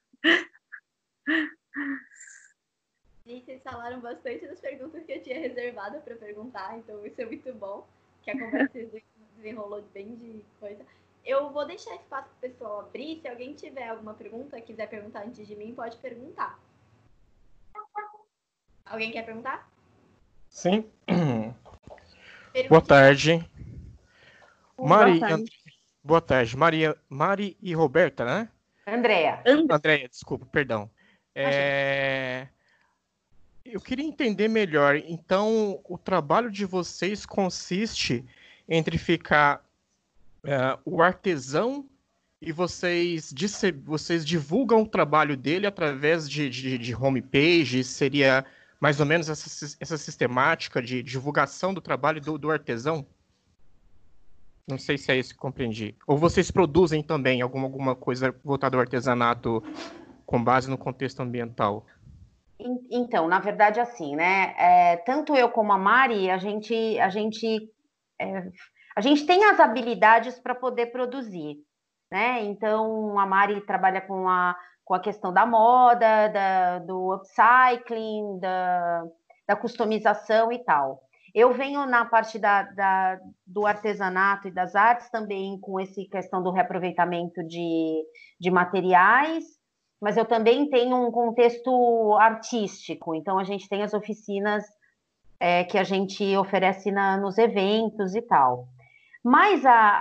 Vocês falaram bastante das perguntas que eu tinha reservado para perguntar, então isso é muito bom, que a conversa desenrolou bem de coisa. Eu vou deixar espaço para o pessoal abrir, se alguém tiver alguma pergunta, quiser perguntar antes de mim, pode perguntar. Alguém quer perguntar? Sim. Boa tarde. Boa tarde. Mari e Roberta, né? Andréia, desculpa, perdão. Eu queria entender melhor. Então, o trabalho de vocês consiste entre ficar o artesão e vocês divulgam o trabalho dele através de homepage? Seria mais ou menos essa sistemática de divulgação do trabalho do artesão? Não sei se é isso que compreendi. Ou vocês produzem também alguma coisa voltada ao artesanato com base no contexto ambiental? Então, na verdade, assim, né? Tanto eu como a Mari, a gente tem as habilidades para poder produzir. né? Então, a Mari trabalha com a questão da moda, do upcycling, da customização e tal. Eu venho na parte do artesanato e das artes também com essa questão do reaproveitamento de materiais, mas eu também tenho um contexto artístico, então a gente tem as oficinas que a gente oferece nos eventos e tal. Mas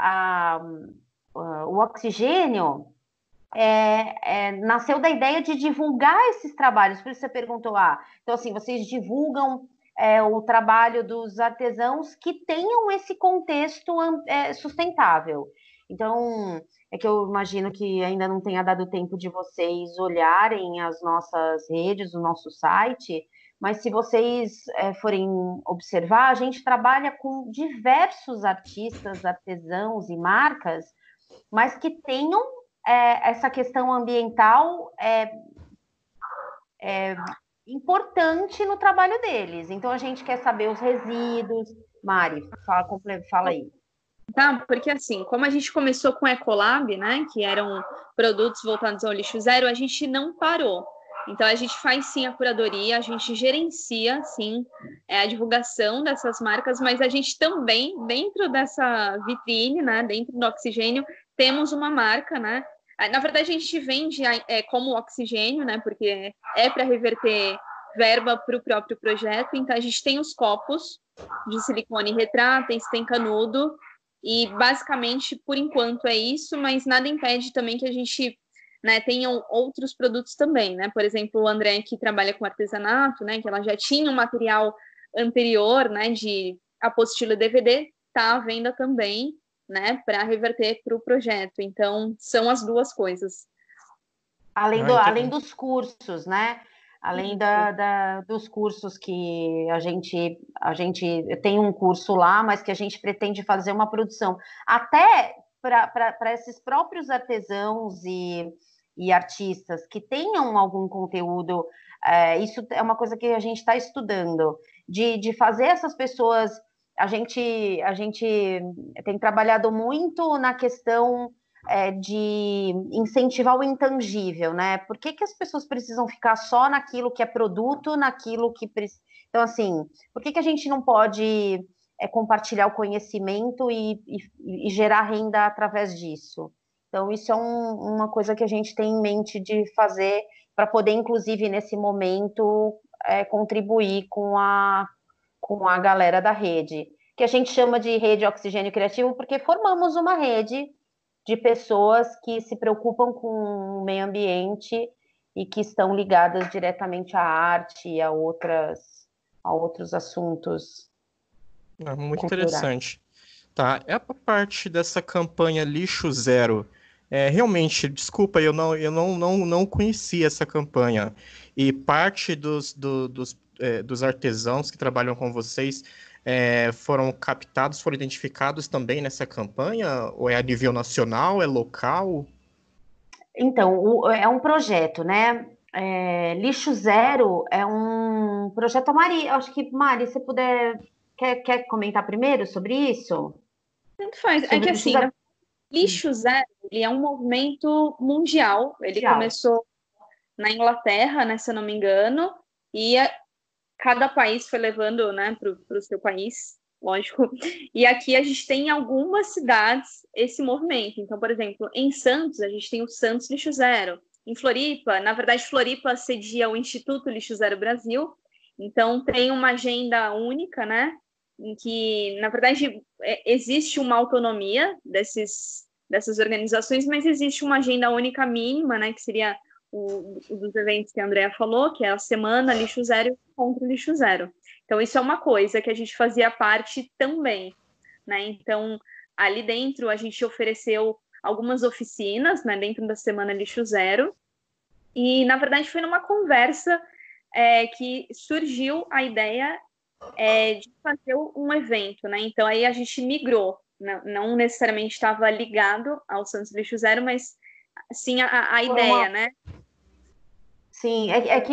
o oxigênio nasceu da ideia de divulgar esses trabalhos, por isso você perguntou, então assim, vocês divulgam o trabalho dos artesãos que tenham esse contexto sustentável. Então, é que eu imagino que ainda não tenha dado tempo de vocês olharem as nossas redes, o nosso site, mas se vocês forem observar, a gente trabalha com diversos artistas, artesãos e marcas, mas que tenham essa questão ambiental importante no trabalho deles. Então, a gente quer saber os resíduos. Mari, fala aí. Tá, porque assim, como a gente começou com Ecolab, né, que eram produtos voltados ao lixo zero, a gente não parou. Então, a gente faz sim a curadoria, a gente gerencia sim a divulgação dessas marcas, mas a gente também, dentro dessa vitrine, né, dentro do oxigênio, temos uma marca, né? Na verdade, a gente vende como oxigênio, né, porque é para reverter verba para o próprio projeto. Então, a gente tem os copos de silicone retráteis, tem canudo, e basicamente, por enquanto, é isso, mas nada impede também que a gente, né, tenham outros produtos também, né? Por exemplo, o André, que trabalha com artesanato, né, que ela já tinha um material anterior, né, de apostila e DVD, está à venda também, né, para reverter para o projeto. Então, são as duas coisas. Além dos cursos, né? Além dos cursos que a gente tem um curso lá, mas que a gente pretende fazer uma produção. Até para esses próprios artesãos e artistas que tenham algum conteúdo, isso é uma coisa que a gente está estudando, de fazer essas pessoas. A gente tem trabalhado muito na questão de incentivar o intangível, né? Por que as pessoas precisam ficar só naquilo que é produto, naquilo que... Então, assim, por que a gente não pode compartilhar o conhecimento e gerar renda através disso? Então, isso é uma coisa que a gente tem em mente de fazer para poder, inclusive, nesse momento, contribuir com a galera da rede, que a gente chama de rede Oxigênio Criativo, porque formamos uma rede de pessoas que se preocupam com o meio ambiente e que estão ligadas diretamente à arte e a outros assuntos. Muito culturais. Interessante. Tá, a parte dessa campanha Lixo Zero. Realmente, desculpa, eu não conhecia essa campanha. E parte dos artesãos que trabalham com vocês foram captados, foram identificados também nessa campanha? Ou é a nível nacional, é local? Então, é um projeto, né? Lixo Zero é um projeto. Mari, acho que, Mari, se puder, quer comentar primeiro sobre isso? Tanto faz. É que assim, Lixo Zero, ele é um movimento mundial. Ele começou na Inglaterra, né, se eu não me engano, e cada país foi levando, né, para o seu país, lógico. E aqui a gente tem em algumas cidades esse movimento. Então, por exemplo, em Santos, a gente tem o Santos Lixo Zero. Em Floripa, na verdade, Floripa cedia o Instituto Lixo Zero Brasil. Então, tem uma agenda única, né, em que, na verdade, existe uma autonomia dessas organizações, mas existe uma agenda única mínima, né, que seria dos eventos que a Andrea falou, que é a Semana Lixo Zero contra o Lixo Zero. Então, isso é uma coisa que a gente fazia parte também, né? Então, ali dentro, a gente ofereceu algumas oficinas, né, dentro da Semana Lixo Zero, e, na verdade, foi numa conversa que surgiu a ideia de fazer um evento, né? Então, aí a gente migrou, não necessariamente estava ligado ao Santos Lixo Zero, mas sim a ideia, né? Sim,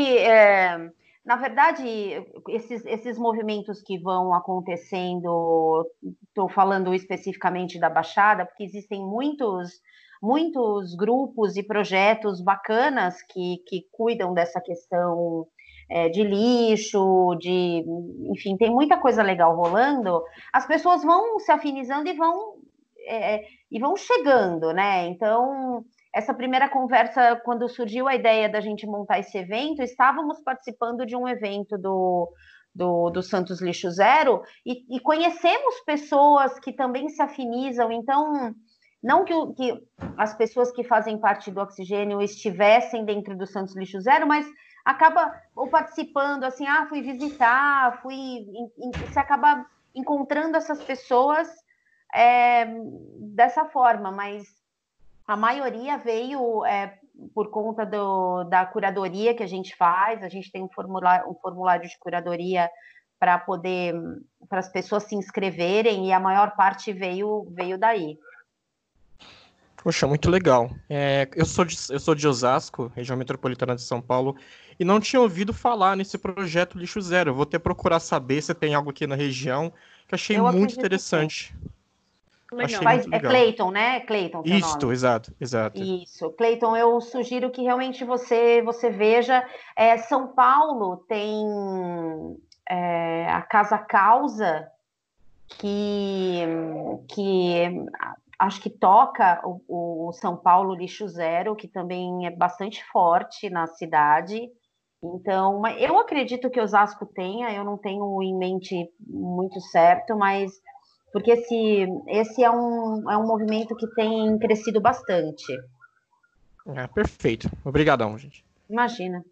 na verdade, esses movimentos que vão acontecendo, estou falando especificamente da Baixada, porque existem muitos grupos e projetos bacanas que cuidam dessa questão de lixo, enfim, tem muita coisa legal rolando. As pessoas vão se afinizando e vão chegando, né? Então, essa primeira conversa, quando surgiu a ideia da gente montar esse evento, estávamos participando de um evento do Santos Lixo Zero e conhecemos pessoas que também se afinizam. Então, não que as pessoas que fazem parte do Oxigênio estivessem dentro do Santos Lixo Zero, mas acaba ou participando, assim, fui visitar, você acaba encontrando essas pessoas dessa forma, mas a maioria veio por conta da curadoria que a gente faz. A gente tem um formulário de curadoria para as pessoas se inscreverem, e a maior parte veio daí. Poxa, muito legal. Eu sou de Osasco, região metropolitana de São Paulo, e não tinha ouvido falar nesse projeto Lixo Zero. Eu vou até procurar saber se tem algo aqui na região, que achei muito interessante. Achei muito legal. É Cleiton, né? Cleiton, seu nome. Exato. Isso, Cleiton, eu sugiro que realmente você veja. São Paulo tem a Casa Causa, que acho que toca o São Paulo Lixo Zero, que também é bastante forte na cidade. Então, eu acredito que Osasco tenha, eu não tenho em mente muito certo, mas porque esse é um movimento que tem crescido bastante. Perfeito. Obrigadão, gente. Imagina.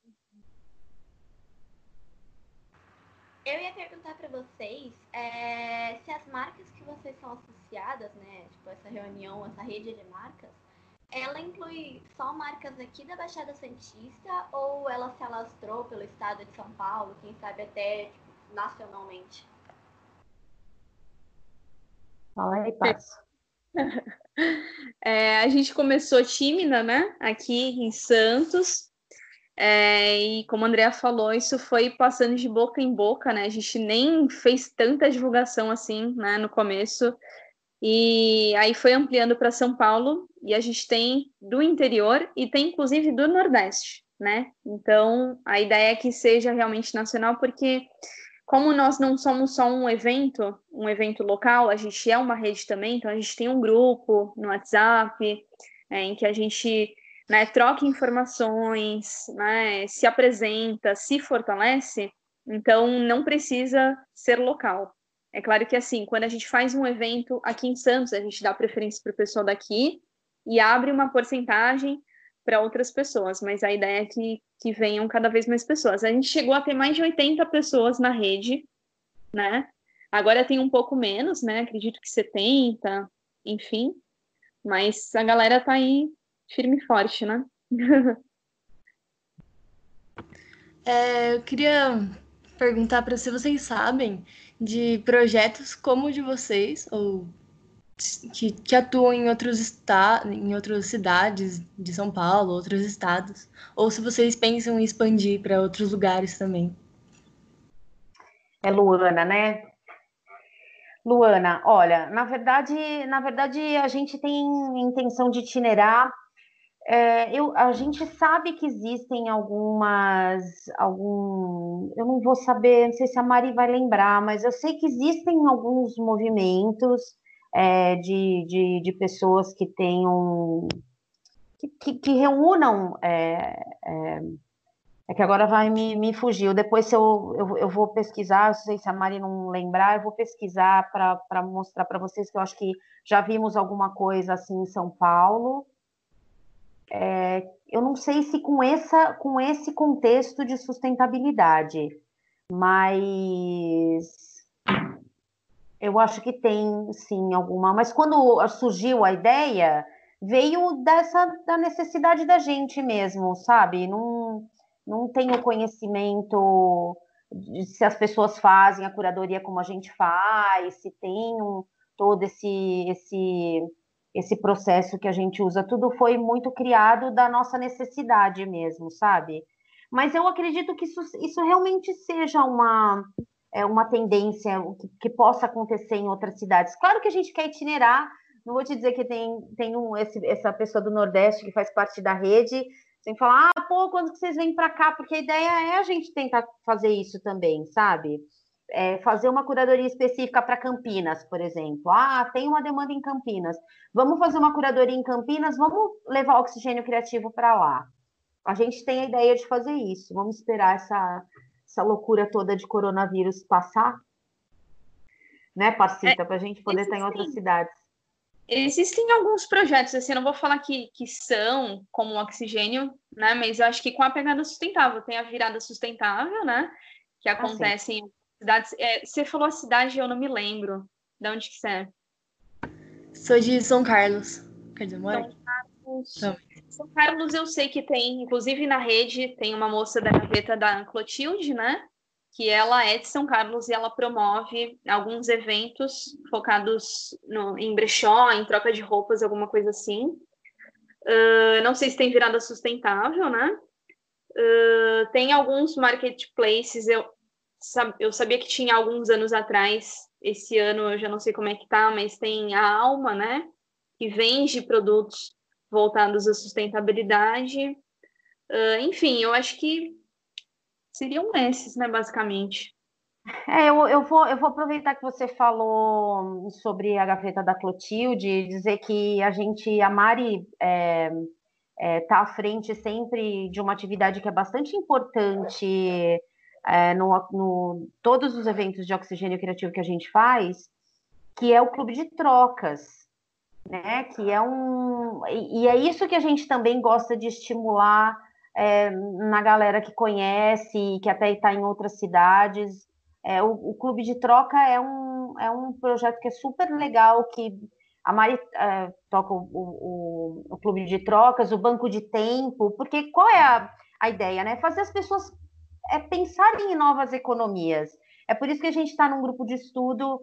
Eu ia perguntar para vocês se as marcas que vocês são associadas, né, tipo essa reunião, essa rede de marcas, ela inclui só marcas aqui da Baixada Santista ou ela se alastrou pelo estado de São Paulo, quem sabe até nacionalmente? Fala aí, Passo. A gente começou tímida, né? Aqui em Santos. E como a Andrea falou, isso foi passando de boca em boca, né? A gente nem fez tanta divulgação assim, né, no começo. E aí foi ampliando para São Paulo, e a gente tem do interior e tem inclusive do Nordeste, né? Então a ideia é que seja realmente nacional, porque como nós não somos só um evento local, a gente é uma rede também, então a gente tem um grupo no WhatsApp, em que a gente, né, troca informações, né, se apresenta, se fortalece. Então não precisa ser local. É claro que, assim, quando a gente faz um evento aqui em Santos, a gente dá preferência para o pessoal daqui e abre uma porcentagem para outras pessoas, mas a ideia é que venham cada vez mais pessoas. A gente chegou a ter mais de 80 pessoas na rede, né? Agora tem um pouco menos, né? Acredito que 70, enfim. Mas a galera tá aí firme e forte, né? Eu queria perguntar para se vocês sabem de projetos como o de vocês, ou que atuam em em outras cidades de São Paulo, outros estados, ou se vocês pensam em expandir para outros lugares também. É Luana, né? Luana, olha, na verdade a gente tem intenção de itinerar. A gente sabe que existem eu não vou saber, não sei se a Mari vai lembrar, mas eu sei que existem alguns movimentos de pessoas que tenham, que reúnam, que agora vai me fugiu. Depois, se eu vou pesquisar, não sei se a Mari não lembrar, eu vou pesquisar para mostrar para vocês, que eu acho que já vimos alguma coisa assim em São Paulo. Eu não sei se com esse contexto de sustentabilidade, mas eu acho que tem, sim, alguma. Mas quando surgiu a ideia, veio da necessidade da gente mesmo, sabe? Não tenho conhecimento de se as pessoas fazem a curadoria como a gente faz, se tem todo esse processo que a gente usa. Tudo foi muito criado da nossa necessidade mesmo, sabe? Mas eu acredito que isso realmente seja uma tendência que possa acontecer em outras cidades. Claro que a gente quer itinerar não vou te dizer que tem essa pessoa do Nordeste que faz parte da rede, sem falar, pô, quando que vocês vêm para cá? Porque a ideia é a gente tentar fazer isso também, sabe? Fazer uma curadoria específica para Campinas, por exemplo. Tem uma demanda em Campinas. Vamos fazer uma curadoria em Campinas, vamos levar oxigênio criativo para lá. A gente tem a ideia de fazer isso. Vamos esperar essa loucura toda de coronavírus passar, né, Parcita, para a gente poder estar em outras cidades. Existem alguns projetos, assim, eu não vou falar que são como o oxigênio, né, mas eu acho que com a pegada sustentável, tem a virada sustentável, né, que acontece em cidades. Você falou a cidade, eu não me lembro de onde que você é. Sou de São Carlos. Quer dizer, moro aqui. São Carlos eu sei que tem, inclusive na rede, tem uma moça da gaveta da Clotilde, né, que ela é de São Carlos e ela promove alguns eventos focados em brechó, em troca de roupas, alguma coisa assim. Não sei se tem virada sustentável, né? Tem alguns marketplaces, eu sabia que tinha alguns anos atrás, esse ano eu já não sei como é que tá, mas tem a Alma, né? Que vende produtos voltados à sustentabilidade. Enfim, eu acho que seriam esses, né, basicamente. Eu vou aproveitar que você falou sobre a gaveta da Clotilde e dizer que a Mari está à frente sempre de uma atividade que é bastante importante no todos os eventos de oxigênio criativo que a gente faz, que é o clube de trocas, né? Que e é isso que a gente também gosta de estimular na galera que conhece, que até está em outras cidades. O clube de troca é um projeto que é super legal, que a Mari toca o clube de trocas, o banco de tempo, porque qual é a ideia, né? Fazer as pessoas pensarem em novas economias. É por isso que a gente está num grupo de estudo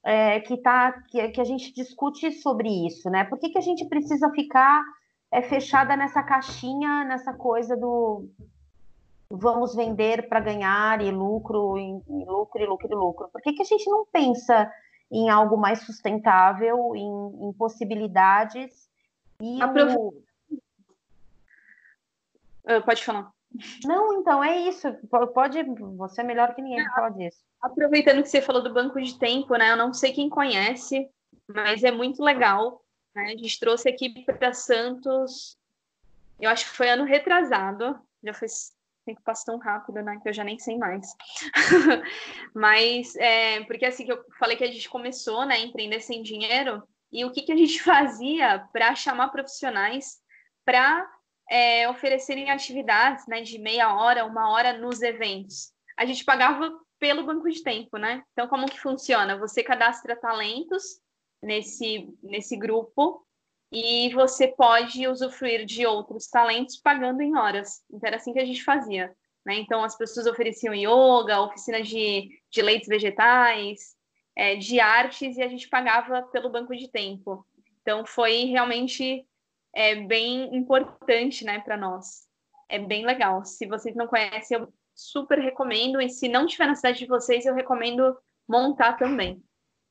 que a gente discute sobre isso, né? Por que a gente precisa ficar fechada nessa caixinha, nessa coisa do vamos vender para ganhar e lucro, lucro. Por que a gente não pensa em algo mais sustentável, em possibilidades? Pode falar. Não, então é isso. Você é melhor que ninguém para falar disso. Aproveitando que você falou do banco de tempo, né? Eu não sei quem conhece, mas é muito legal, né? A gente trouxe aqui para Santos, eu acho que foi ano retrasado, já faz tempo que passa tão rápido, né? Que eu já nem sei mais. Mas, porque assim que eu falei que a gente começou, né? Empreender sem dinheiro, e o que a gente fazia para chamar profissionais para oferecerem atividades, né? De meia hora, 1 hora nos eventos. A gente pagava pelo banco de tempo, né? Então, como que funciona? Você cadastra talentos nesse grupo e você pode usufruir de outros talentos pagando em horas. Então, era assim que a gente fazia, né? Então, as pessoas ofereciam yoga, oficina de leites vegetais, de artes, e a gente pagava pelo banco de tempo. Então, foi realmente bem importante, né, para nós. É bem legal. Se vocês não conhecem, eu super recomendo, e se não tiver na cidade de vocês, eu recomendo montar também.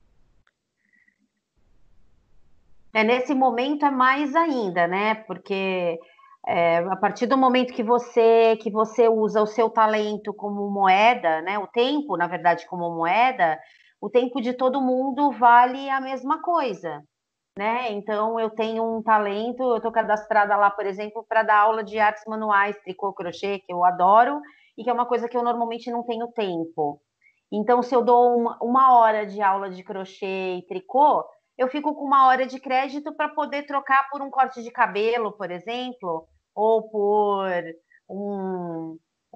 Nesse momento é mais ainda, né? Porque a partir do momento que você usa o seu talento como moeda, né? O tempo, na verdade, como moeda, o tempo de todo mundo vale a mesma coisa, né? Então, eu tenho um talento, eu estou cadastrada lá, por exemplo, para dar aula de artes manuais, tricô, crochê, que eu adoro, e que é uma coisa que eu normalmente não tenho tempo. Então, se eu dou uma hora de aula de crochê e tricô, eu fico com 1 hora de crédito para poder trocar por um corte de cabelo, por exemplo, ou por um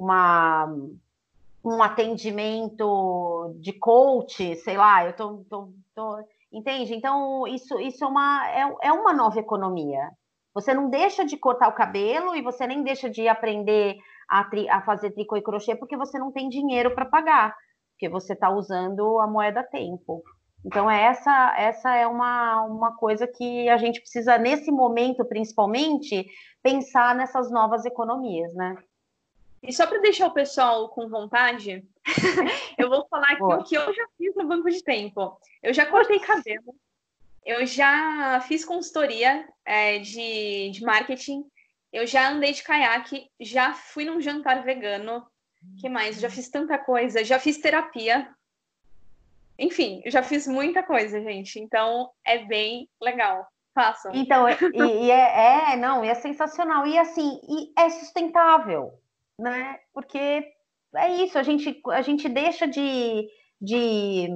atendimento de coach, sei lá, eu entende? Então, isso é uma nova economia. Você não deixa de cortar o cabelo e você nem deixa de aprender a fazer tricô e crochê porque você não tem dinheiro para pagar, porque você está usando a moeda tempo. Então, essa é uma coisa que a gente precisa, nesse momento, principalmente, pensar nessas novas economias, né? E só para deixar o pessoal com vontade, eu vou falar aqui o que eu já fiz no banco de tempo. Eu já cortei cabelo, Eu já fiz consultoria de marketing, eu já andei de caiaque, já fui num jantar vegano, que mais? Já fiz tanta coisa, já fiz terapia. Enfim, eu já fiz muita coisa, gente. Então, é bem legal. Façam. Então, não, é sensacional. E assim, e é sustentável, né? Porque é isso, a gente deixa de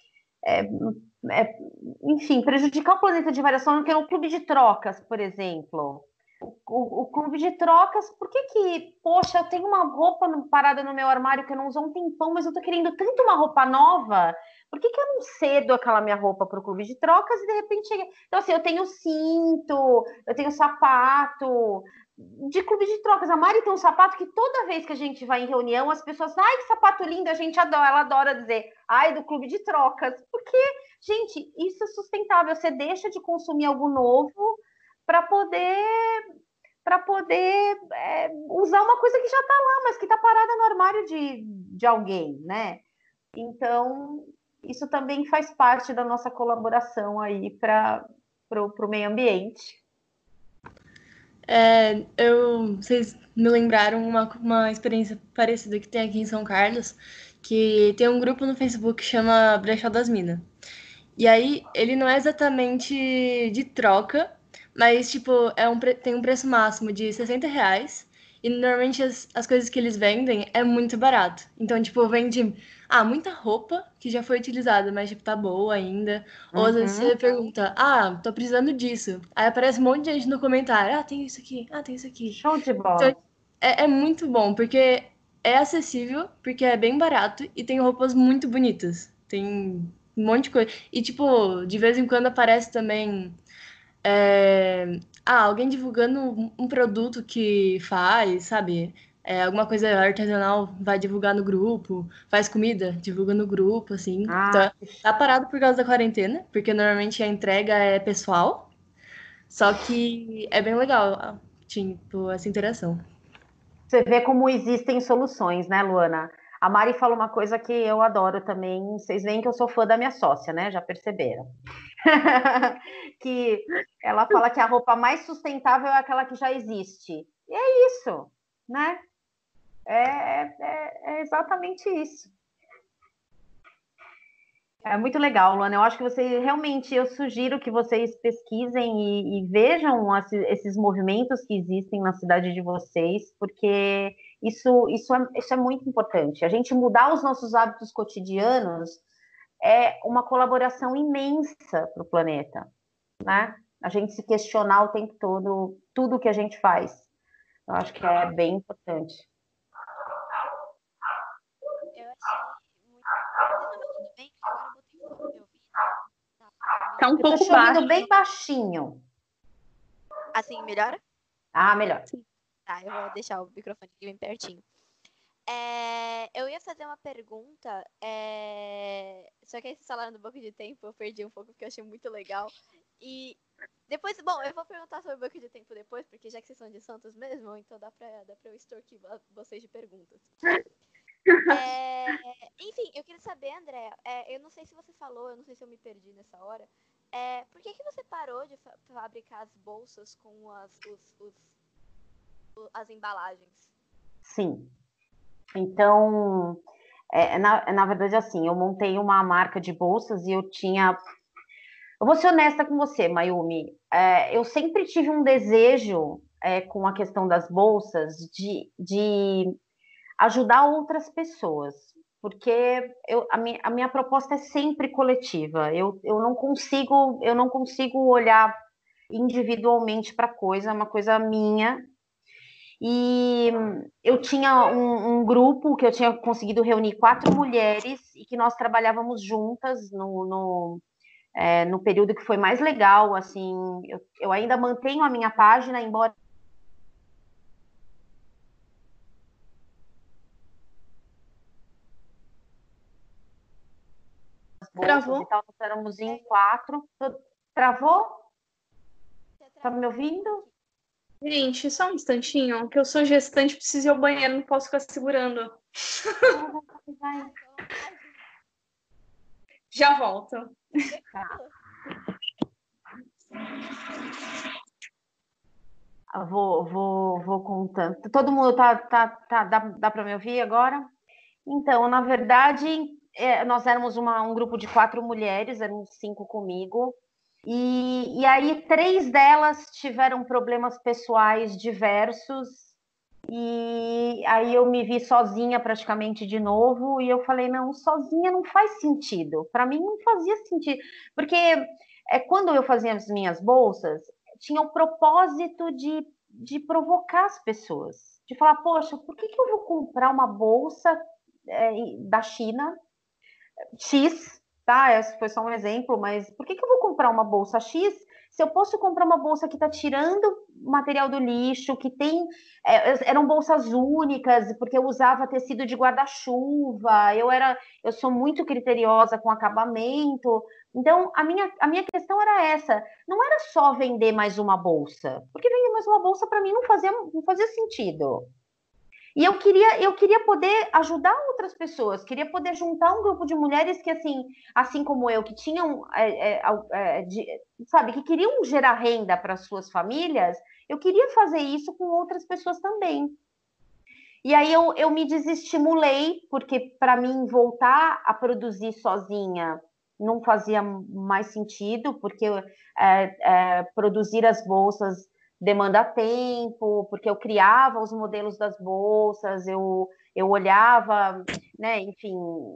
enfim, prejudicar o planeta de várias formas, que é o clube de trocas, por exemplo. O clube de trocas, por que, poxa, eu tenho uma roupa parada no meu armário que eu não uso há um tempão, mas eu tô querendo tanto uma roupa nova, por que eu não cedo aquela minha roupa para o clube de trocas e de repente chega. Então, assim, eu tenho cinto, eu tenho sapato de clube de trocas. A Mari tem um sapato que toda vez que a gente vai em reunião, as pessoas, ai, que sapato lindo, a gente adora, ela adora dizer, ai, do clube de trocas, porque, gente, isso é sustentável, você deixa de consumir algo novo para poder usar uma coisa que já está lá, mas que está parada no armário de alguém, né? Então, isso também faz parte da nossa colaboração aí para o meio ambiente. Vocês me lembraram uma experiência parecida que tem aqui em São Carlos, que tem um grupo no Facebook que chama Brechó das Minas. E aí, ele não é exatamente de troca, mas, tipo, tem um preço máximo de R$ 60. E normalmente as coisas que eles vendem é muito barato. Então, tipo, vende muita roupa que já foi utilizada, mas, tipo, tá boa ainda. Ou às vezes você pergunta, tô precisando disso. Aí aparece um monte de gente no comentário, tem isso aqui, tem isso aqui. Show de bola. Então, é muito bom, porque é acessível, porque é bem barato e tem roupas muito bonitas. Tem um monte de coisa. E, tipo, de vez em quando aparece também alguém divulgando um produto que faz, sabe? Alguma coisa artesanal vai divulgar no grupo, faz comida, divulga no grupo, assim. Então, tá parado por causa da quarentena, porque normalmente a entrega é pessoal, só que é bem legal, tipo, essa interação. Você vê como existem soluções, né, Luana? A Mari fala uma coisa que eu adoro também. Vocês veem que eu sou fã da minha sócia, né? Já perceberam? Que ela fala que a roupa mais sustentável é aquela que já existe. E é isso, né? É exatamente isso. É muito legal, Luana. Eu acho que eu sugiro que vocês pesquisem e vejam esses movimentos que existem na cidade de vocês, porque isso é muito importante. A gente mudar os nossos hábitos cotidianos é uma colaboração imensa para o planeta, né? A gente se questionar o tempo todo tudo que a gente faz. Eu acho que é bem importante. Eu achei muito. Vocês estão me ouvindo bem? Agora eu botei fone de ouvido. Tá um pouco baixo. Eu tô te ouvindo bem baixinho. Assim, melhora? Melhor. Tá, eu vou deixar o microfone aqui bem pertinho. Eu ia fazer uma pergunta, só que aí vocês falaram do banco de tempo, eu perdi um pouco porque eu achei muito legal. E depois, bom, eu vou perguntar sobre o banco de tempo depois, porque já que vocês são de Santos mesmo, então dá pra eu extorquir vocês de perguntas. Enfim, eu queria saber, André, eu não sei se você falou, eu não sei se eu me perdi nessa hora, por que você parou de fabricar as bolsas com as embalagens? Sim. Então, na verdade, assim, eu montei uma marca de bolsas e eu vou ser honesta com você, Mayumi. Eu sempre tive um desejo, com a questão das bolsas, de ajudar outras pessoas, porque a minha proposta é sempre coletiva. Eu não consigo olhar individualmente para a coisa, é uma coisa minha. E eu tinha um grupo que eu tinha conseguido reunir 4 mulheres e que nós trabalhávamos juntas no período que foi mais legal. Assim, eu ainda mantenho a minha página, embora Travou? E tal, nós éramos em 4. Travou? Tá me ouvindo? Gente, só um instantinho, que eu sou gestante, preciso ir ao banheiro, não posso ficar segurando. Já volto. Tá. Vou contando. Todo mundo dá para me ouvir agora? Então, na verdade, nós éramos um grupo de 4 mulheres, eram 5 comigo, e aí 3 delas tiveram problemas pessoais diversos, e aí eu me vi sozinha praticamente de novo, e eu falei, não, sozinha não faz sentido. Para mim não fazia sentido, porque quando eu fazia as minhas bolsas, tinha o propósito de provocar as pessoas, de falar, poxa, por que eu vou comprar uma bolsa da China X, tá? Esse foi só um exemplo, mas por que eu vou comprar uma bolsa X se eu posso comprar uma bolsa que está tirando material do lixo, que tem... eram bolsas únicas, porque eu usava tecido de guarda-chuva, eu sou muito criteriosa com acabamento. Então, a minha questão era essa. Não era só vender mais uma bolsa, porque vender mais uma bolsa, para mim, não fazia sentido. E eu queria poder ajudar outras pessoas, queria poder juntar um grupo de mulheres que, assim como eu, que tinham, sabe, que queriam gerar renda para suas famílias, eu queria fazer isso com outras pessoas também. E aí eu me desestimulei, porque para mim voltar a produzir sozinha não fazia mais sentido, porque produzir as bolsas demanda tempo, porque eu criava os modelos das bolsas, eu olhava, né, enfim,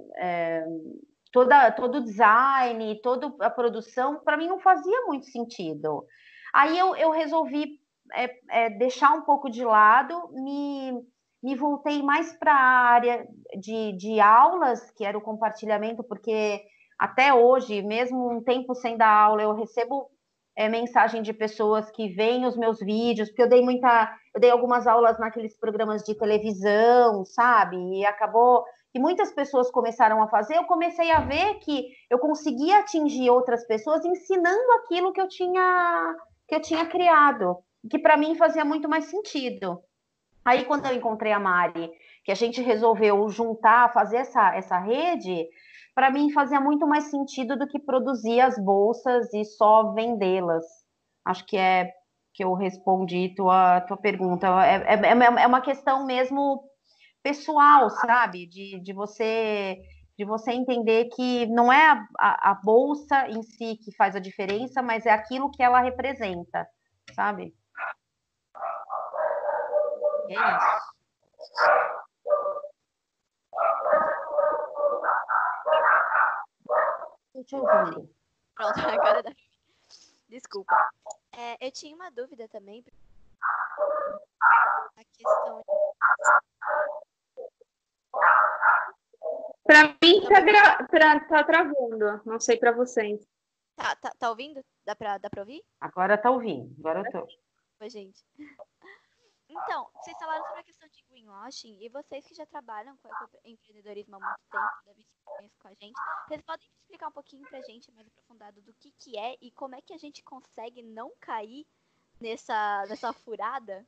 todo o design, toda a produção, para mim não fazia muito sentido. Aí eu resolvi deixar um pouco de lado, me voltei mais para a área de aulas, que era o compartilhamento, porque até hoje, mesmo um tempo sem dar aula, eu recebo mensagem de pessoas que veem os meus vídeos, porque eu dei algumas aulas naqueles programas de televisão, sabe? E acabou que muitas pessoas começaram a fazer, eu comecei a ver que eu conseguia atingir outras pessoas ensinando aquilo que eu tinha criado, que para mim fazia muito mais sentido. Aí, quando eu encontrei a Mari, que a gente resolveu juntar, fazer essa rede, para mim fazia muito mais sentido do que produzir as bolsas e só vendê-las. Acho que eu respondi tua pergunta. É uma questão mesmo pessoal, sabe? De você entender que não é a bolsa em si que faz a diferença, mas é aquilo que ela representa, sabe? É isso. Deixa eu ouvir. Pronto, agora dá. Desculpa. Eu tinha uma dúvida também. A questão. Pra mim tá travando. Não sei pra vocês. Tá ouvindo? Dá pra ouvir? Agora tá ouvindo. Agora eu tô. Oi, gente. Então, vocês falaram sobre a questão de greenwashing, e vocês que já trabalham com empreendedorismo há muito tempo, devem experiência com a gente, vocês podem explicar um pouquinho pra gente mais aprofundado do que é e como é que a gente consegue não cair nessa furada?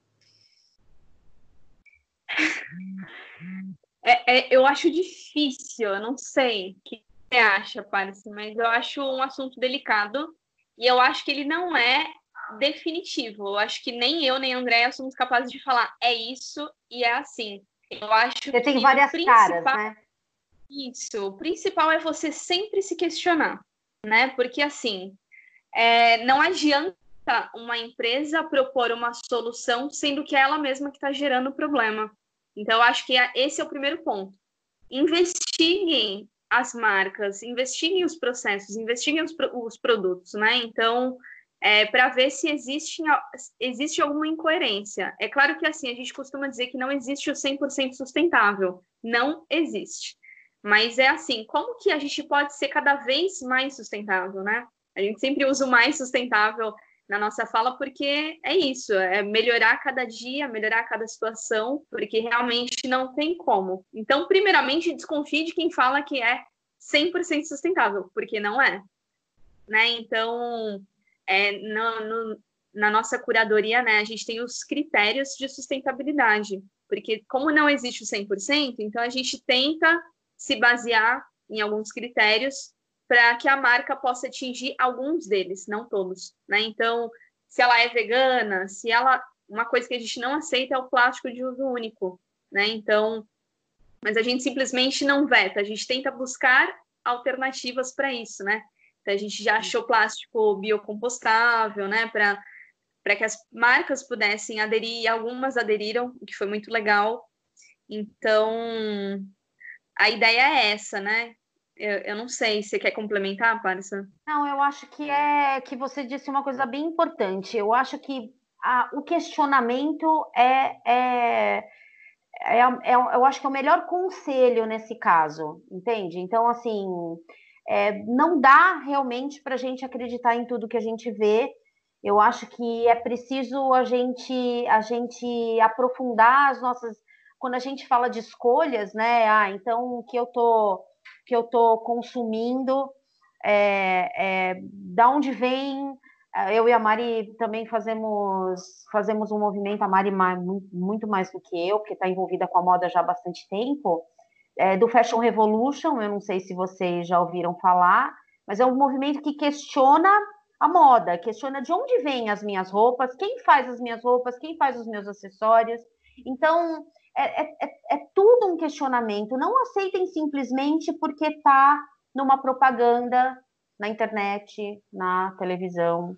Eu acho difícil, eu não sei o que você acha, Paris, mas eu acho um assunto delicado e eu acho que ele não é definitivo. Eu acho que nem eu nem a Andréia somos capazes de falar é isso e é assim. Eu acho que tem várias caras, né? Isso. O principal é você sempre se questionar, né? Porque assim, não adianta uma empresa propor uma solução sendo que é ela mesma que está gerando o problema. Então, eu acho que esse é o primeiro ponto. Investiguem as marcas, investiguem os processos, investiguem os produtos, né? Então, para ver se existe alguma incoerência. É claro que, assim, a gente costuma dizer que não existe o 100% sustentável. Não existe. Mas é assim, como que a gente pode ser cada vez mais sustentável, né? A gente sempre usa o mais sustentável na nossa fala, porque é isso, é melhorar cada dia, melhorar cada situação, porque realmente não tem como. Então, primeiramente, desconfie de quem fala que é 100% sustentável, porque não é. Né? Então, na nossa curadoria, né, a gente tem os critérios de sustentabilidade, porque como não existe o 100%, então a gente tenta se basear em alguns critérios para que a marca possa atingir alguns deles, não todos, né? Então, se ela é vegana, uma coisa que a gente não aceita é o plástico de uso único, né? Então, mas a gente simplesmente não veta, a gente tenta buscar alternativas para isso, né? Então, a gente já achou plástico biocompostável, né? Para que as marcas pudessem aderir, e algumas aderiram, o que foi muito legal. Então, a ideia é essa, né? Eu não sei, você quer complementar, Parça? Não, eu acho que você disse uma coisa bem importante. Eu acho que o questionamento eu acho que é o melhor conselho nesse caso, entende? Então, assim, não dá realmente para a gente acreditar em tudo que a gente vê. Eu acho que é preciso a gente aprofundar as nossas. Quando a gente fala de escolhas, né? Então o que eu tô consumindo, da onde vem. Eu e a Mari também fazemos um movimento, a Mari muito mais do que eu, porque está envolvida com a moda já há bastante tempo, do Fashion Revolution. Eu não sei se vocês já ouviram falar, mas é um movimento que questiona a moda, questiona de onde vêm as minhas roupas, quem faz as minhas roupas, quem faz os meus acessórios. Então, é tudo um questionamento. Não aceitem simplesmente porque está numa propaganda na internet, na televisão.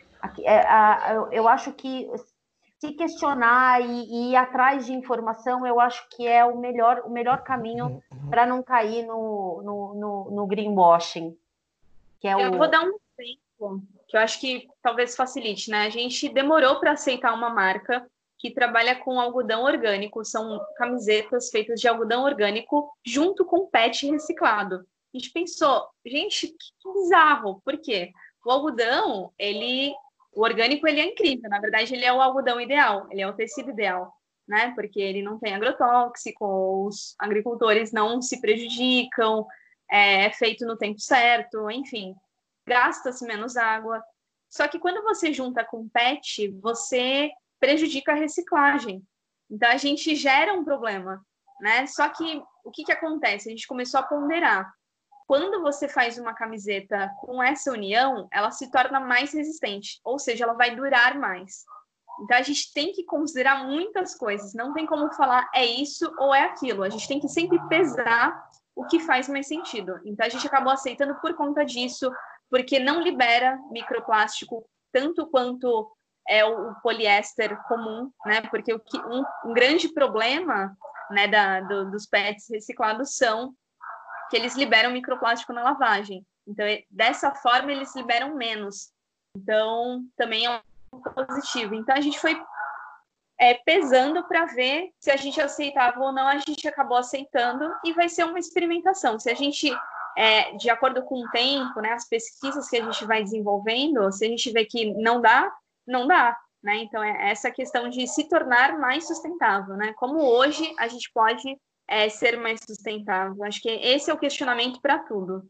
Eu acho que se questionar e ir atrás de informação, eu acho que é o melhor caminho para não cair no greenwashing. Eu vou dar um exemplo que eu acho que talvez facilite, né? A gente demorou para aceitar uma marca que trabalha com algodão orgânico, são camisetas feitas de algodão orgânico junto com PET reciclado. A gente pensou, gente, que bizarro, por quê? O algodão, o orgânico, ele é incrível, na verdade, ele é o algodão ideal, ele é o tecido ideal, né? Porque ele não tem agrotóxico, os agricultores não se prejudicam, é feito no tempo certo, enfim, gasta-se menos água. Só que quando você junta com PET, você prejudica a reciclagem. Então, a gente gera um problema, né? Só que o que acontece? A gente começou a ponderar. Quando você faz uma camiseta com essa união, ela se torna mais resistente, ou seja, ela vai durar mais. Então, a gente tem que considerar muitas coisas. Não tem como falar é isso ou é aquilo. A gente tem que sempre pesar o que faz mais sentido. Então, a gente acabou aceitando por conta disso, porque não libera microplástico tanto quanto é o poliéster comum, né? Porque um grande problema, né, dos PETs reciclados são que eles liberam microplástico na lavagem. Então, dessa forma, eles liberam menos. Então, também é um positivo. Então, a gente foi pesando para ver se a gente aceitava ou não. A gente acabou aceitando e vai ser uma experimentação. Se a gente, de acordo com o tempo, né, as pesquisas que a gente vai desenvolvendo, se a gente vê que não dá, não dá. Né? Então, é essa questão de se tornar mais sustentável. Né? Como hoje a gente pode ser mais sustentável? Acho que esse é o questionamento para tudo.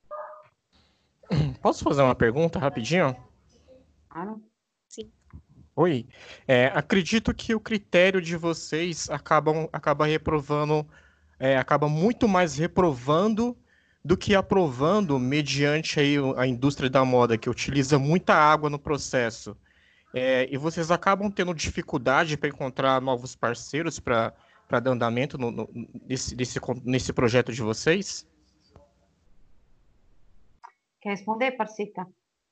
Posso fazer uma pergunta rapidinho? Sim. Oi. Acredito que o critério de vocês acaba reprovando, acaba muito mais reprovando do que aprovando mediante aí a indústria da moda, que utiliza muita água no processo. E vocês acabam tendo dificuldade para encontrar novos parceiros para dar andamento nesse projeto de vocês? Quer responder, Parcita?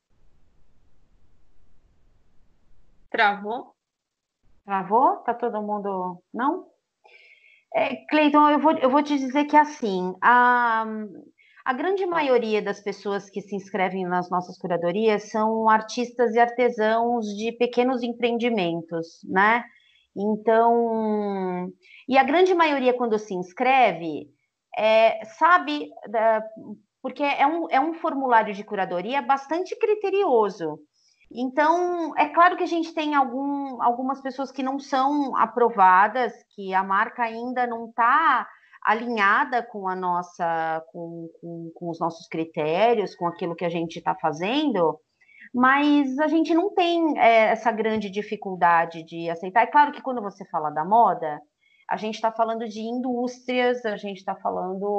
Travou? Travou? Tá todo mundo... Não? Cleiton, eu vou te dizer que assim, a grande maioria das pessoas que se inscrevem nas nossas curadorias são artistas e artesãos de pequenos empreendimentos, né? Então, e a grande maioria, quando se inscreve, sabe, porque é um formulário de curadoria bastante criterioso. Então, é claro que a gente tem algumas pessoas que não são aprovadas, que a marca ainda não está alinhada com com os nossos critérios, com aquilo que a gente está fazendo, mas a gente não tem essa grande dificuldade de aceitar. É claro que quando você fala da moda, a gente está falando de indústrias, a gente está falando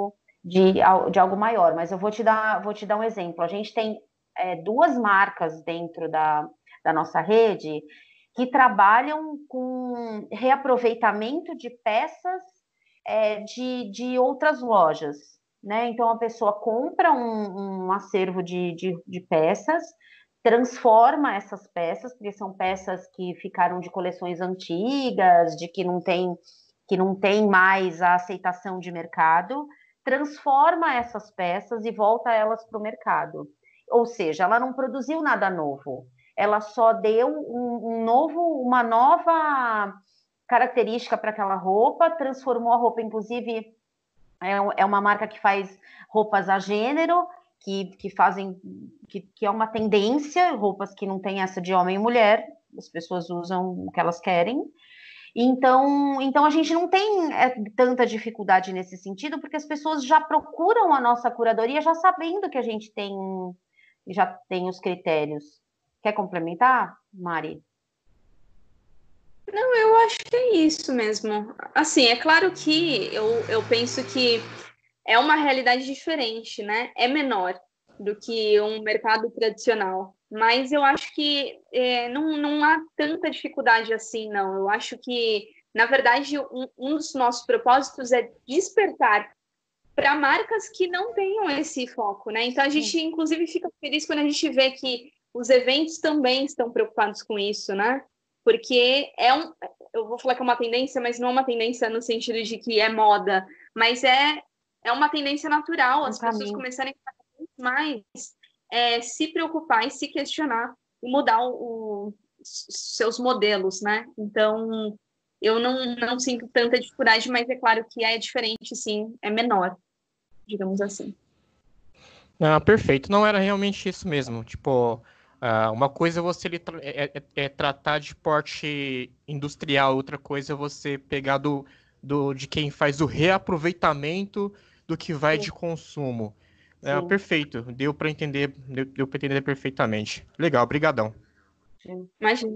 de algo maior, mas eu vou te dar um exemplo. A gente tem duas marcas dentro da nossa rede que trabalham com reaproveitamento de peças de outras lojas, né? Então a pessoa compra um acervo de peças, transforma essas peças, porque são peças que ficaram de coleções antigas, de que não tem mais a aceitação de mercado, transforma essas peças e volta elas para o mercado. Ou seja, ela não produziu nada novo, ela só deu uma nova característica para aquela roupa, transformou a roupa, inclusive é uma marca que faz roupas a gênero, que é uma tendência, roupas que não tem essa de homem e mulher, as pessoas usam o que elas querem. Então a gente não tem tanta dificuldade nesse sentido, porque as pessoas já procuram a nossa curadoria já sabendo que a gente já tem os critérios. Quer complementar, Mari? Não, eu acho que é isso mesmo. Assim, é claro que eu penso que é uma realidade diferente, né? É menor do que um mercado tradicional. Mas eu acho que não há tanta dificuldade assim, não. Eu acho que, na verdade, um dos nossos propósitos é despertar para marcas que não tenham esse foco, né? Então a gente, inclusive, fica feliz quando a gente vê que os eventos também estão preocupados com isso, né? Porque eu vou falar que é uma tendência, mas não é uma tendência no sentido de que é moda, mas é uma tendência natural, as pessoas começarem cada vez mais se preocupar e se questionar e mudar os seus modelos, né? Então, eu não sinto tanta dificuldade, mas é claro que é diferente, sim, é menor, digamos assim. Perfeito. Não era realmente isso mesmo. Tipo, uma coisa é você tratar de porte industrial, outra coisa é você pegar de quem faz o reaproveitamento do que vai de consumo. Perfeito. Deu para entender, deu para entender perfeitamente. Legal, brigadão. Imagina.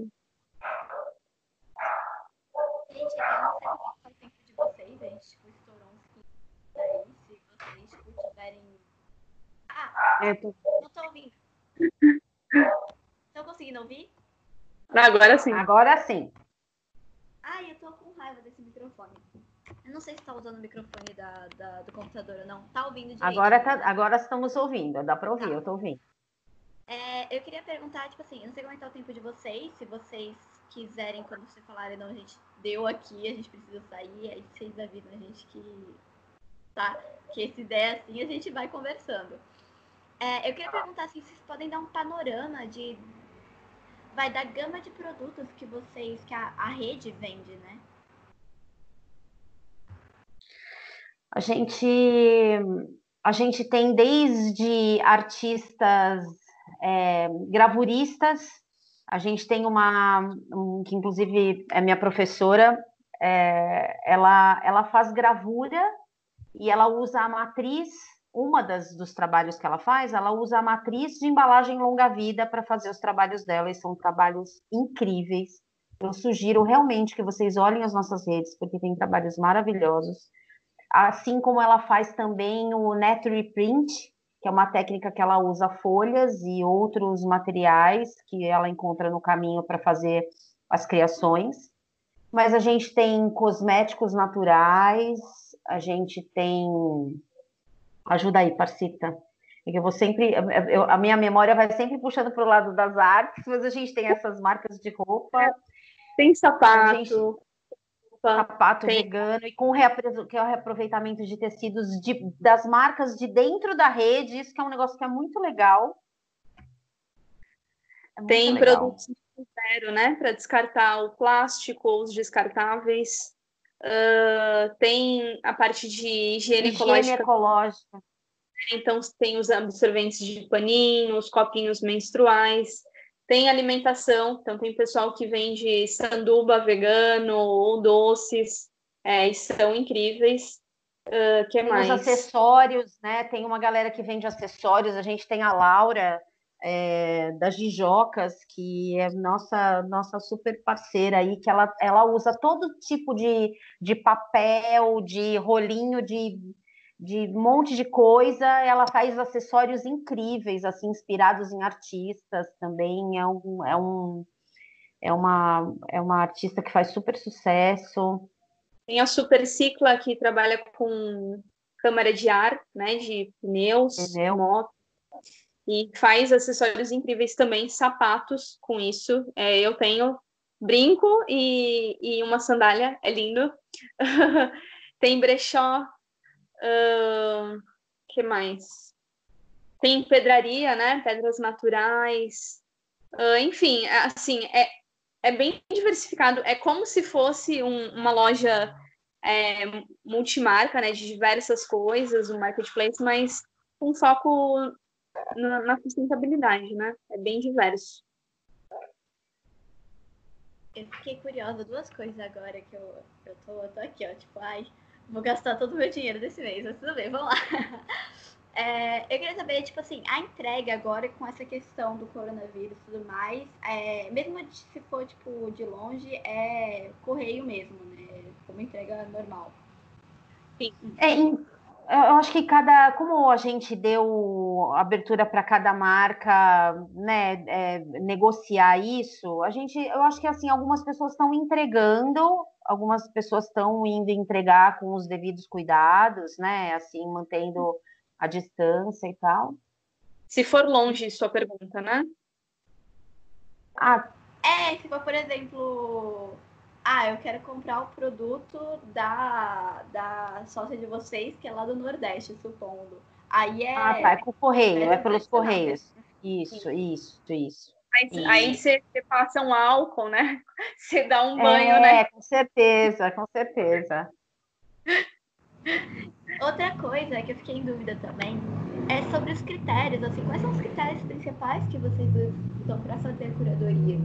Gente, eu não sei qual é o tempo de vocês, a gente tipo, estourou uns 15 aí, se vocês tipo, tiverem... não tô ouvindo. Estão conseguindo ouvir? Agora sim. Agora sim. Ai, eu tô com raiva desse microfone. Eu não sei se tá usando o microfone do computador ou não. Tá ouvindo direito? Agora estamos ouvindo, dá para ouvir, eu tô ouvindo. Eu queria perguntar, tipo assim, eu não sei como é que tá o tempo de vocês, se vocês quiserem, quando vocês falarem, não, a gente deu aqui, a gente precisa sair, aí vocês avisam a gente que essa ideia assim, a gente vai conversando. Eu queria perguntar assim, se vocês podem dar um panorama da gama de produtos que a rede vende, né? A gente tem desde artistas gravuristas, a gente tem que inclusive é minha professora, ela faz gravura e ela usa a matriz, dos trabalhos que ela faz, ela usa a matriz de embalagem longa-vida para fazer os trabalhos dela, e são trabalhos incríveis. Eu sugiro realmente que vocês olhem as nossas redes, porque tem trabalhos maravilhosos. Assim como ela faz também o net reprint, que é uma técnica que ela usa folhas e outros materiais que ela encontra no caminho para fazer as criações. Mas a gente tem cosméticos naturais, a gente tem... Ajuda aí, Parcita. Eu vou sempre... a minha memória vai sempre puxando para o lado das artes, mas a gente tem essas marcas de roupa. Tem sapato. Sapato vegano e que é o reaproveitamento de tecidos das marcas de dentro da rede. Isso que é um negócio que é muito legal. Tem produtos zero, né? Para descartar o plástico ou os descartáveis. Tem a parte de higiene ecológica. Então, tem os absorventes de paninhos, copinhos menstruais. Tem alimentação, então tem pessoal que vende sanduba vegano ou doces, e são incríveis. Que tem mais? Os acessórios, né? Tem uma galera que vende acessórios, a gente tem a Laura das Jijocas, que é nossa super parceira aí, que ela usa todo tipo de papel, de rolinho de um monte de coisa. Ela faz acessórios incríveis, assim, inspirados em artistas também. É uma artista que faz super sucesso. Tem a Supercicla, que trabalha com câmara de ar, né, de pneus, Entendeu? moto, e faz acessórios incríveis também, sapatos com isso. Eu tenho brinco e uma sandália, é lindo. Tem brechó, que mais? Tem pedraria, né, pedras naturais. Enfim, assim, é bem diversificado. É como se fosse uma loja multimarca, né, de diversas coisas, um marketplace, mas com foco na sustentabilidade, né? É bem diverso. Eu fiquei curiosa, duas coisas agora que eu tô aqui, ó, tipo, ai, vou gastar todo o meu dinheiro desse mês, mas tudo bem, vamos lá. Eu queria saber, tipo assim, a entrega agora com essa questão do coronavírus e tudo mais, mesmo se for, tipo, de longe, é correio mesmo, né? Como entrega normal. Sim. Eu acho que como a gente deu abertura para cada marca, né, negociar isso, eu acho que assim algumas pessoas estão entregando, algumas pessoas estão indo entregar com os devidos cuidados, né, assim mantendo a distância e tal. Se for longe, sua pergunta, né? Se for, por exemplo, eu quero comprar o produto da sócia de vocês, que é lá do Nordeste, supondo. Aí tá, é com o correio, é pelos tradicional, correios. Isso. Aí você passa um álcool, né? Você dá um banho, né? Com certeza, com certeza. Outra coisa que eu fiquei em dúvida também é sobre os critérios, assim, quais são os critérios principais que vocês usam para fazer a curadoria?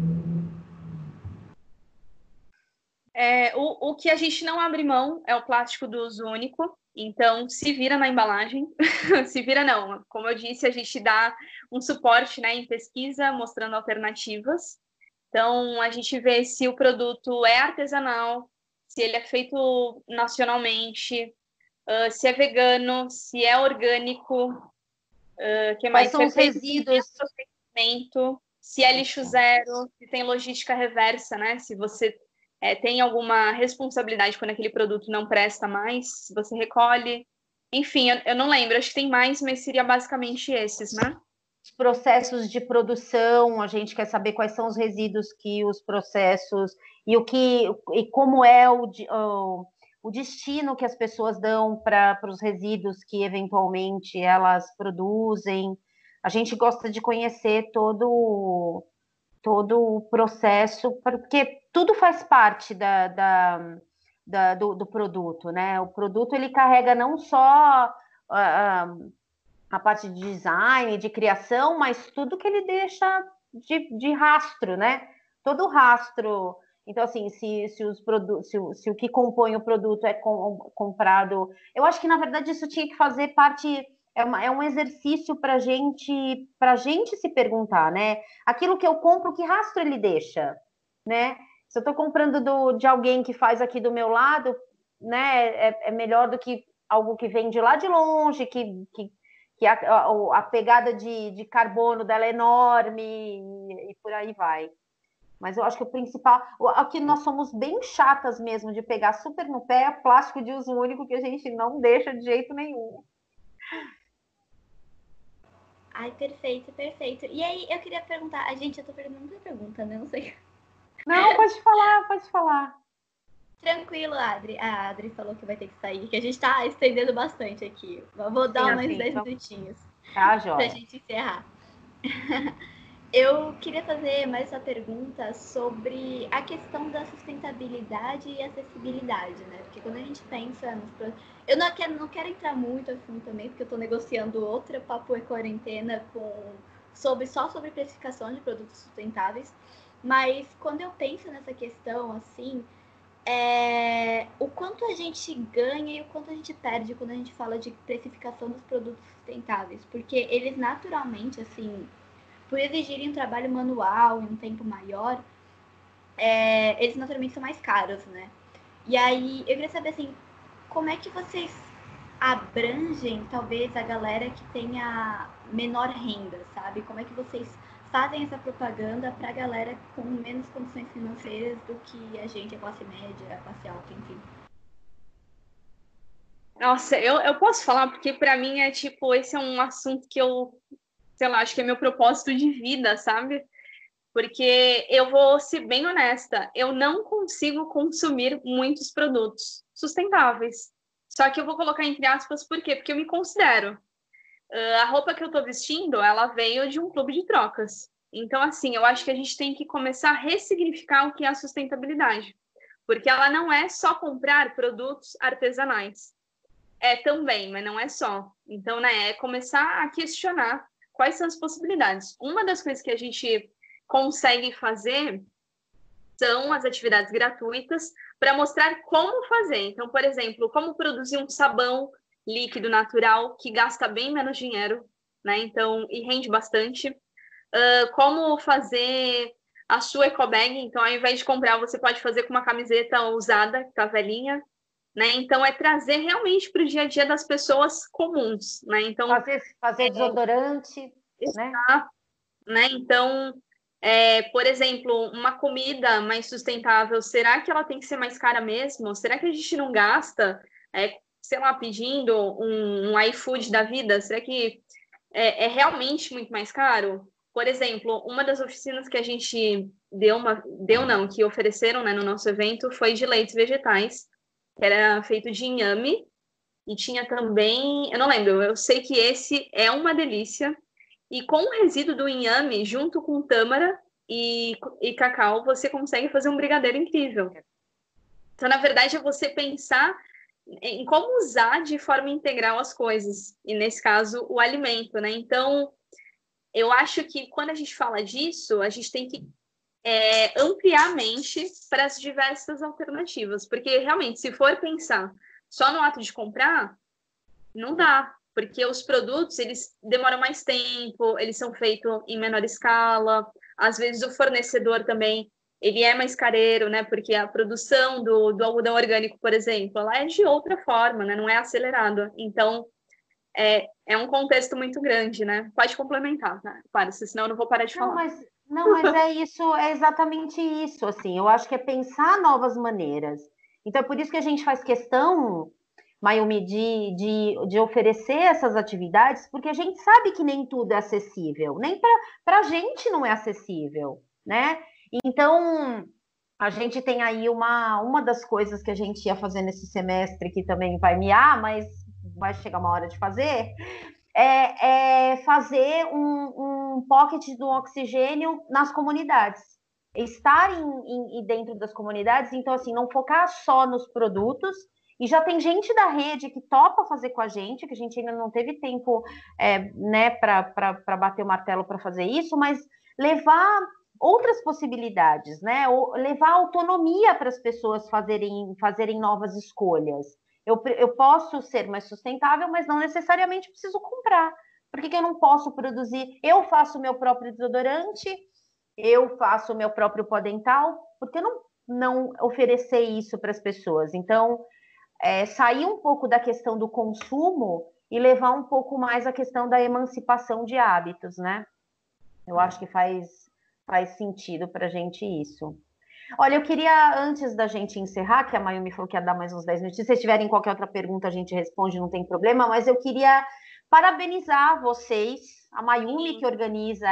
O que a gente não abre mão é o plástico do uso único, então se vira na embalagem. Se vira não, como eu disse, a gente dá um suporte, né, em pesquisa, mostrando alternativas. Então a gente vê se o produto é artesanal, se ele é feito nacionalmente, se é vegano, se é orgânico, que mais? Quais são os resíduos? Se é lixo zero, se tem logística reversa, né? Se você tem alguma responsabilidade quando aquele produto não presta mais, se você recolhe. Enfim, eu não lembro, acho que tem mais, mas seria basicamente esses, né? Os processos de produção, a gente quer saber quais são os resíduos que os processos e como é o destino que as pessoas dão para os resíduos que eventualmente elas produzem. A gente gosta de conhecer todo o processo, porque tudo faz parte do produto, né? O produto ele carrega não só a parte de design, de criação, mas tudo que ele deixa de rastro, né? Todo o rastro. Então, assim, se o que compõe o produto é comprado. Eu acho que, na verdade, isso tinha que fazer parte. É um exercício para gente se perguntar, né? Aquilo que eu compro, que rastro ele deixa, né? Se eu estou comprando de alguém que faz aqui do meu lado, né? É melhor do que algo que vem de lá de longe, que a pegada de carbono dela é enorme e por aí vai. Mas eu acho que o principal, aqui nós somos bem chatas mesmo de pegar super no pé, plástico de uso único que a gente não deixa de jeito nenhum. Ai, perfeito, perfeito. E aí, eu queria perguntar, eu tô perdendo muita pergunta, né? Não sei. Não, pode falar. Tranquilo, Adri. A Adri falou que vai ter que sair, que a gente tá estendendo bastante aqui. Vou dar mais 10 minutinhos Tá, joia. pra gente encerrar. Eu queria fazer mais uma pergunta sobre a questão da sustentabilidade e acessibilidade, né? Porque quando a gente pensa nos produtos... Eu não quero entrar muito a fundo também, porque eu estou negociando outra Papo e Quarentena só sobre precificação de produtos sustentáveis. Mas quando eu penso nessa questão, assim, o quanto a gente ganha e o quanto a gente perde quando a gente fala de precificação dos produtos sustentáveis. Porque eles naturalmente, assim, por exigirem um trabalho manual e um tempo maior, eles naturalmente são mais caros, né? E aí, eu queria saber, assim, como é que vocês abrangem talvez a galera que tenha menor renda, sabe? Como é que vocês fazem essa propaganda para a galera com menos condições financeiras do que a gente, a classe média, a classe alta, enfim? Nossa, eu posso falar, porque para mim é tipo, esse é um assunto que eu, sei lá, acho que é meu propósito de vida, sabe? Porque eu vou ser bem honesta, eu não consigo consumir muitos produtos sustentáveis. Só que eu vou colocar entre aspas, por quê? Porque eu me considero. A roupa que eu tô vestindo, ela veio de um clube de trocas. Então, assim, eu acho que a gente tem que começar a ressignificar o que é a sustentabilidade. Porque ela não é só comprar produtos artesanais. É também, mas não é só. Então, né, é começar a questionar quais são as possibilidades. Uma das coisas que a gente consegue fazer são as atividades gratuitas para mostrar como fazer. Então, por exemplo, como produzir um sabão líquido natural que gasta bem menos dinheiro, né? Então, e rende bastante. Como fazer a sua ecobag. Então, ao invés de comprar, você pode fazer com uma camiseta usada, que tá velhinha, né? Então, é trazer realmente para o dia a dia das pessoas comuns, né? Então, fazer desodorante, né? Né? Então, por exemplo, uma comida mais sustentável, será que ela tem que ser mais cara mesmo? Será que a gente não gasta, sei lá, pedindo um iFood da vida? Será que é realmente muito mais caro? Por exemplo, uma das oficinas que a gente que ofereceram, né, no nosso evento foi de leites vegetais, que era feito de inhame, e tinha também, eu não lembro, eu sei que esse é uma delícia, e com o resíduo do inhame, junto com tâmara e cacau, você consegue fazer um brigadeiro incrível. Então, na verdade, é você pensar em como usar de forma integral as coisas, e nesse caso, o alimento, né? Então, eu acho que quando a gente fala disso, a gente tem que ampliar a mente para as diversas alternativas, porque realmente, se for pensar só no ato de comprar, não dá, porque os produtos, eles demoram mais tempo, eles são feitos em menor escala, às vezes o fornecedor também, ele é mais careiro, né, porque a produção do algodão orgânico, por exemplo, ela é de outra forma, né, não é acelerada, então é um contexto muito grande, né, pode complementar, né, claro, senão eu não vou parar de falar. Mas é isso, é exatamente isso, assim, eu acho que é pensar novas maneiras, então é por isso que a gente faz questão, Mayumi, de oferecer essas atividades, porque a gente sabe que nem tudo é acessível, nem para a gente não é acessível, né? Então, a gente tem aí uma das coisas que a gente ia fazer nesse semestre, que também vai miar, mas vai chegar uma hora de fazer, é fazer um pocket do oxigênio nas comunidades. Estar dentro das comunidades, então, assim, não focar só nos produtos. E já tem gente da rede que topa fazer com a gente, que a gente ainda não teve tempo, né, para bater o martelo para fazer isso, mas levar outras possibilidades, né? Ou levar autonomia para as pessoas fazerem novas escolhas. Eu posso ser mais sustentável, mas não necessariamente preciso comprar. Por que eu não posso produzir? Eu faço o meu próprio desodorante, eu faço o meu próprio pó dental, por que não oferecer isso para as pessoas? Então, sair um pouco da questão do consumo e levar um pouco mais a questão da emancipação de hábitos, né? Eu acho que faz sentido para a gente isso. Olha, eu queria, antes da gente encerrar, que a Mayumi falou que ia dar mais uns 10 minutos, se vocês tiverem qualquer outra pergunta, a gente responde, não tem problema, mas eu queria parabenizar vocês, a Mayumi que organiza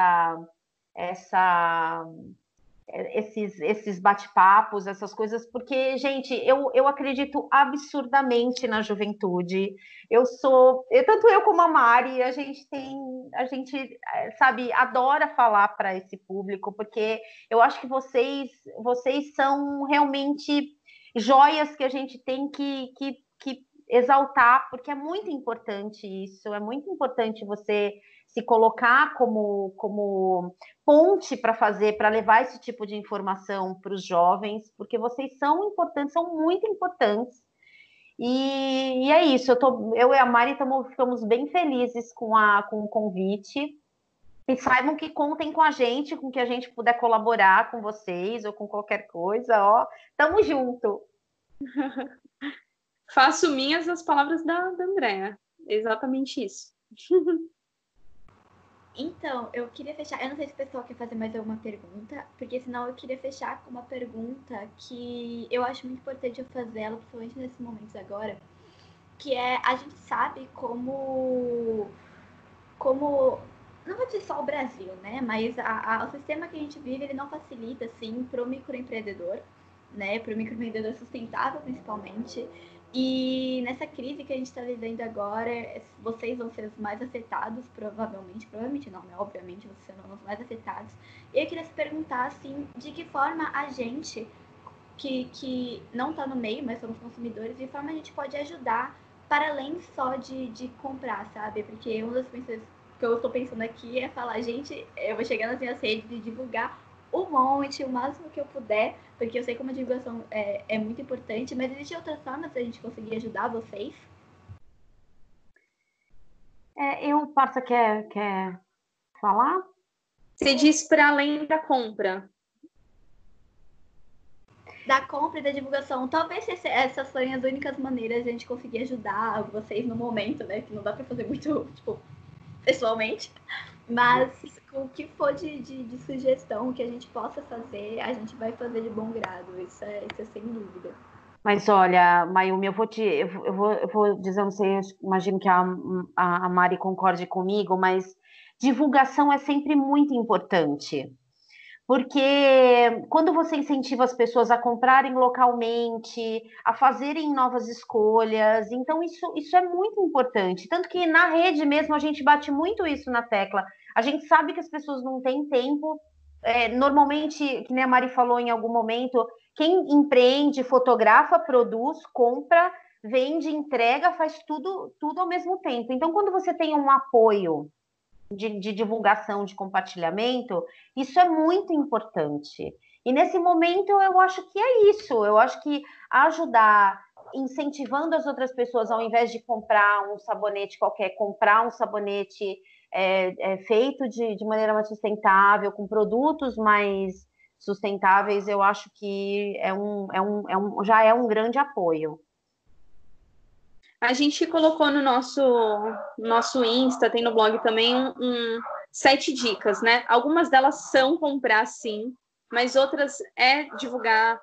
esses bate-papos, essas coisas, porque, gente, eu acredito absurdamente na juventude. Tanto eu como a Mari, a gente, sabe, adora falar para esse público, porque eu acho que vocês são realmente joias que a gente tem que exaltar, porque é muito importante isso, é muito importante você se colocar como ponte para levar esse tipo de informação para os jovens, porque vocês são importantes, são muito importantes. E é isso, eu e a Mari ficamos bem felizes com o convite. E saibam que contem com a gente, com que a gente puder colaborar com vocês ou com qualquer coisa, ó. Tamo junto. faço minhas as palavras da Andrea. Exatamente isso. Então, eu queria fechar. Eu não sei se o pessoal quer fazer mais alguma pergunta, porque senão eu queria fechar com uma pergunta que eu acho muito importante eu fazer ela, principalmente nesses momentos agora, que é, a gente sabe como não vou dizer só o Brasil, né? Mas o sistema que a gente vive, ele não facilita, assim, para o microempreendedor, né? Para o microempreendedor sustentável, principalmente. E nessa crise que a gente está vivendo agora, vocês vão ser os mais afetados, provavelmente não, né? Obviamente, vocês serão os mais afetados. E eu queria se perguntar, assim, de que forma a gente, que não está no meio, mas somos consumidores, de que forma a gente pode ajudar para além só de comprar, sabe? Porque uma das coisas que eu estou pensando aqui é falar, gente, eu vou chegar nas minhas redes e divulgar um monte, o máximo que eu puder, porque eu sei como a divulgação é muito importante, mas existem outras formas da gente conseguir ajudar vocês? Parça, quer falar? Você diz para além da compra. Da compra e da divulgação. Talvez essas forem as únicas maneiras de a gente conseguir ajudar vocês no momento, né? Que não dá para fazer muito, tipo, pessoalmente. Mas o que for de sugestão que a gente possa fazer, a gente vai fazer de bom grado. Isso é sem dúvida. Mas olha, Mayumi, eu vou dizer, não sei, eu imagino que a Mari concorde comigo, mas divulgação é sempre muito importante. Porque quando você incentiva as pessoas a comprarem localmente, a fazerem novas escolhas, então isso é muito importante. Tanto que na rede mesmo a gente bate muito isso na tecla. A gente sabe que as pessoas não têm tempo. Normalmente, que nem a Mari falou em algum momento, quem empreende, fotografa, produz, compra, vende, entrega, faz tudo ao mesmo tempo. Então, quando você tem um apoio de divulgação, de compartilhamento, isso é muito importante. E nesse momento eu acho que é isso, eu acho que ajudar, incentivando as outras pessoas, ao invés de comprar um sabonete qualquer, comprar um sabonete feito de maneira mais sustentável, com produtos mais sustentáveis, eu acho que já é um grande apoio. A gente colocou no nosso Insta, tem no blog também, 7 dicas, né? Algumas delas são comprar, sim, mas outras é divulgar,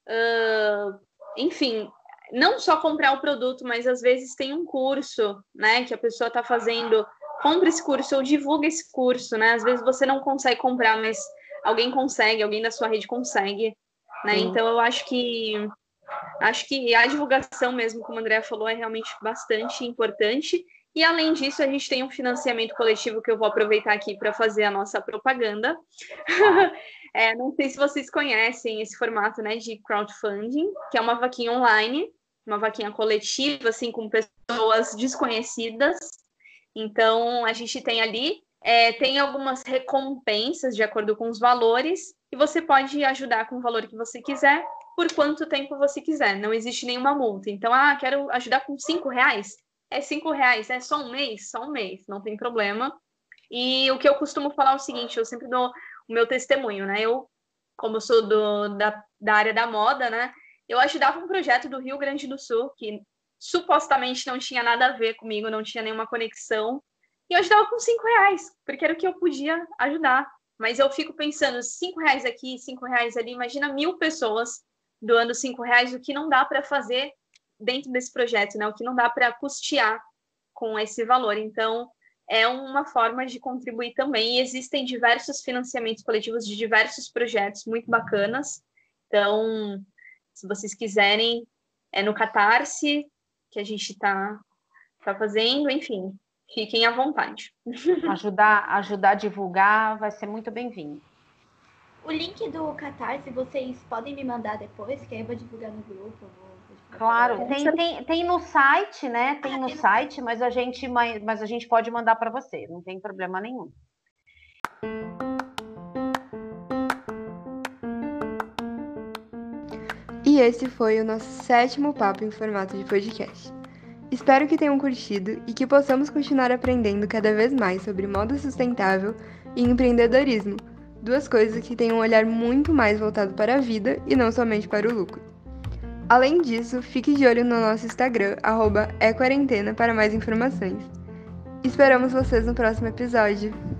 enfim, não só comprar o produto, mas às vezes tem um curso, né, que a pessoa está fazendo, compra esse curso ou divulga esse curso, né? Às vezes você não consegue comprar, mas alguém consegue, alguém da sua rede consegue, né? Sim. Então eu acho que a divulgação mesmo, como a Andrea falou, é realmente bastante importante. E, além disso, a gente tem um financiamento coletivo que eu vou aproveitar aqui para fazer a nossa propaganda. Não sei se vocês conhecem esse formato, né, de crowdfunding, que é uma vaquinha online, uma vaquinha coletiva, assim, com pessoas desconhecidas. Então, a gente tem ali, tem algumas recompensas de acordo com os valores, e você pode ajudar com o valor que você quiser, por quanto tempo você quiser, não existe nenhuma multa. Então, quero ajudar com R$5, é R$5, é só um mês, não tem problema. E o que eu costumo falar é o seguinte, eu sempre dou o meu testemunho, né? Eu, como eu sou da área da moda, né? Eu ajudava um projeto do Rio Grande do Sul, que supostamente não tinha nada a ver comigo, não tinha nenhuma conexão, e eu ajudava com R$5, porque era o que eu podia ajudar. Mas eu fico pensando, R$5 aqui, R$5 ali, imagina 1.000 pessoas doando R$5, o que não dá para fazer dentro desse projeto, né? O que não dá para custear com esse valor. Então, é uma forma de contribuir também. E existem diversos financiamentos coletivos de diversos projetos muito bacanas. Então, se vocês quiserem, é no Catarse que a gente está fazendo, enfim, fiquem à vontade. Ajudar a divulgar vai ser muito bem-vindo. O link do Catarse vocês podem me mandar depois, que aí eu vou divulgar no grupo. Claro, tem no site, né? Tem no site, mas a gente pode mandar para você, não tem problema nenhum. E esse foi o nosso 7º papo em formato de podcast. Espero que tenham curtido e que possamos continuar aprendendo cada vez mais sobre moda sustentável e empreendedorismo, 2 coisas que têm um olhar muito mais voltado para a vida e não somente para o lucro. Além disso, fique de olho no nosso Instagram, @equarentena, para mais informações. Esperamos vocês no próximo episódio.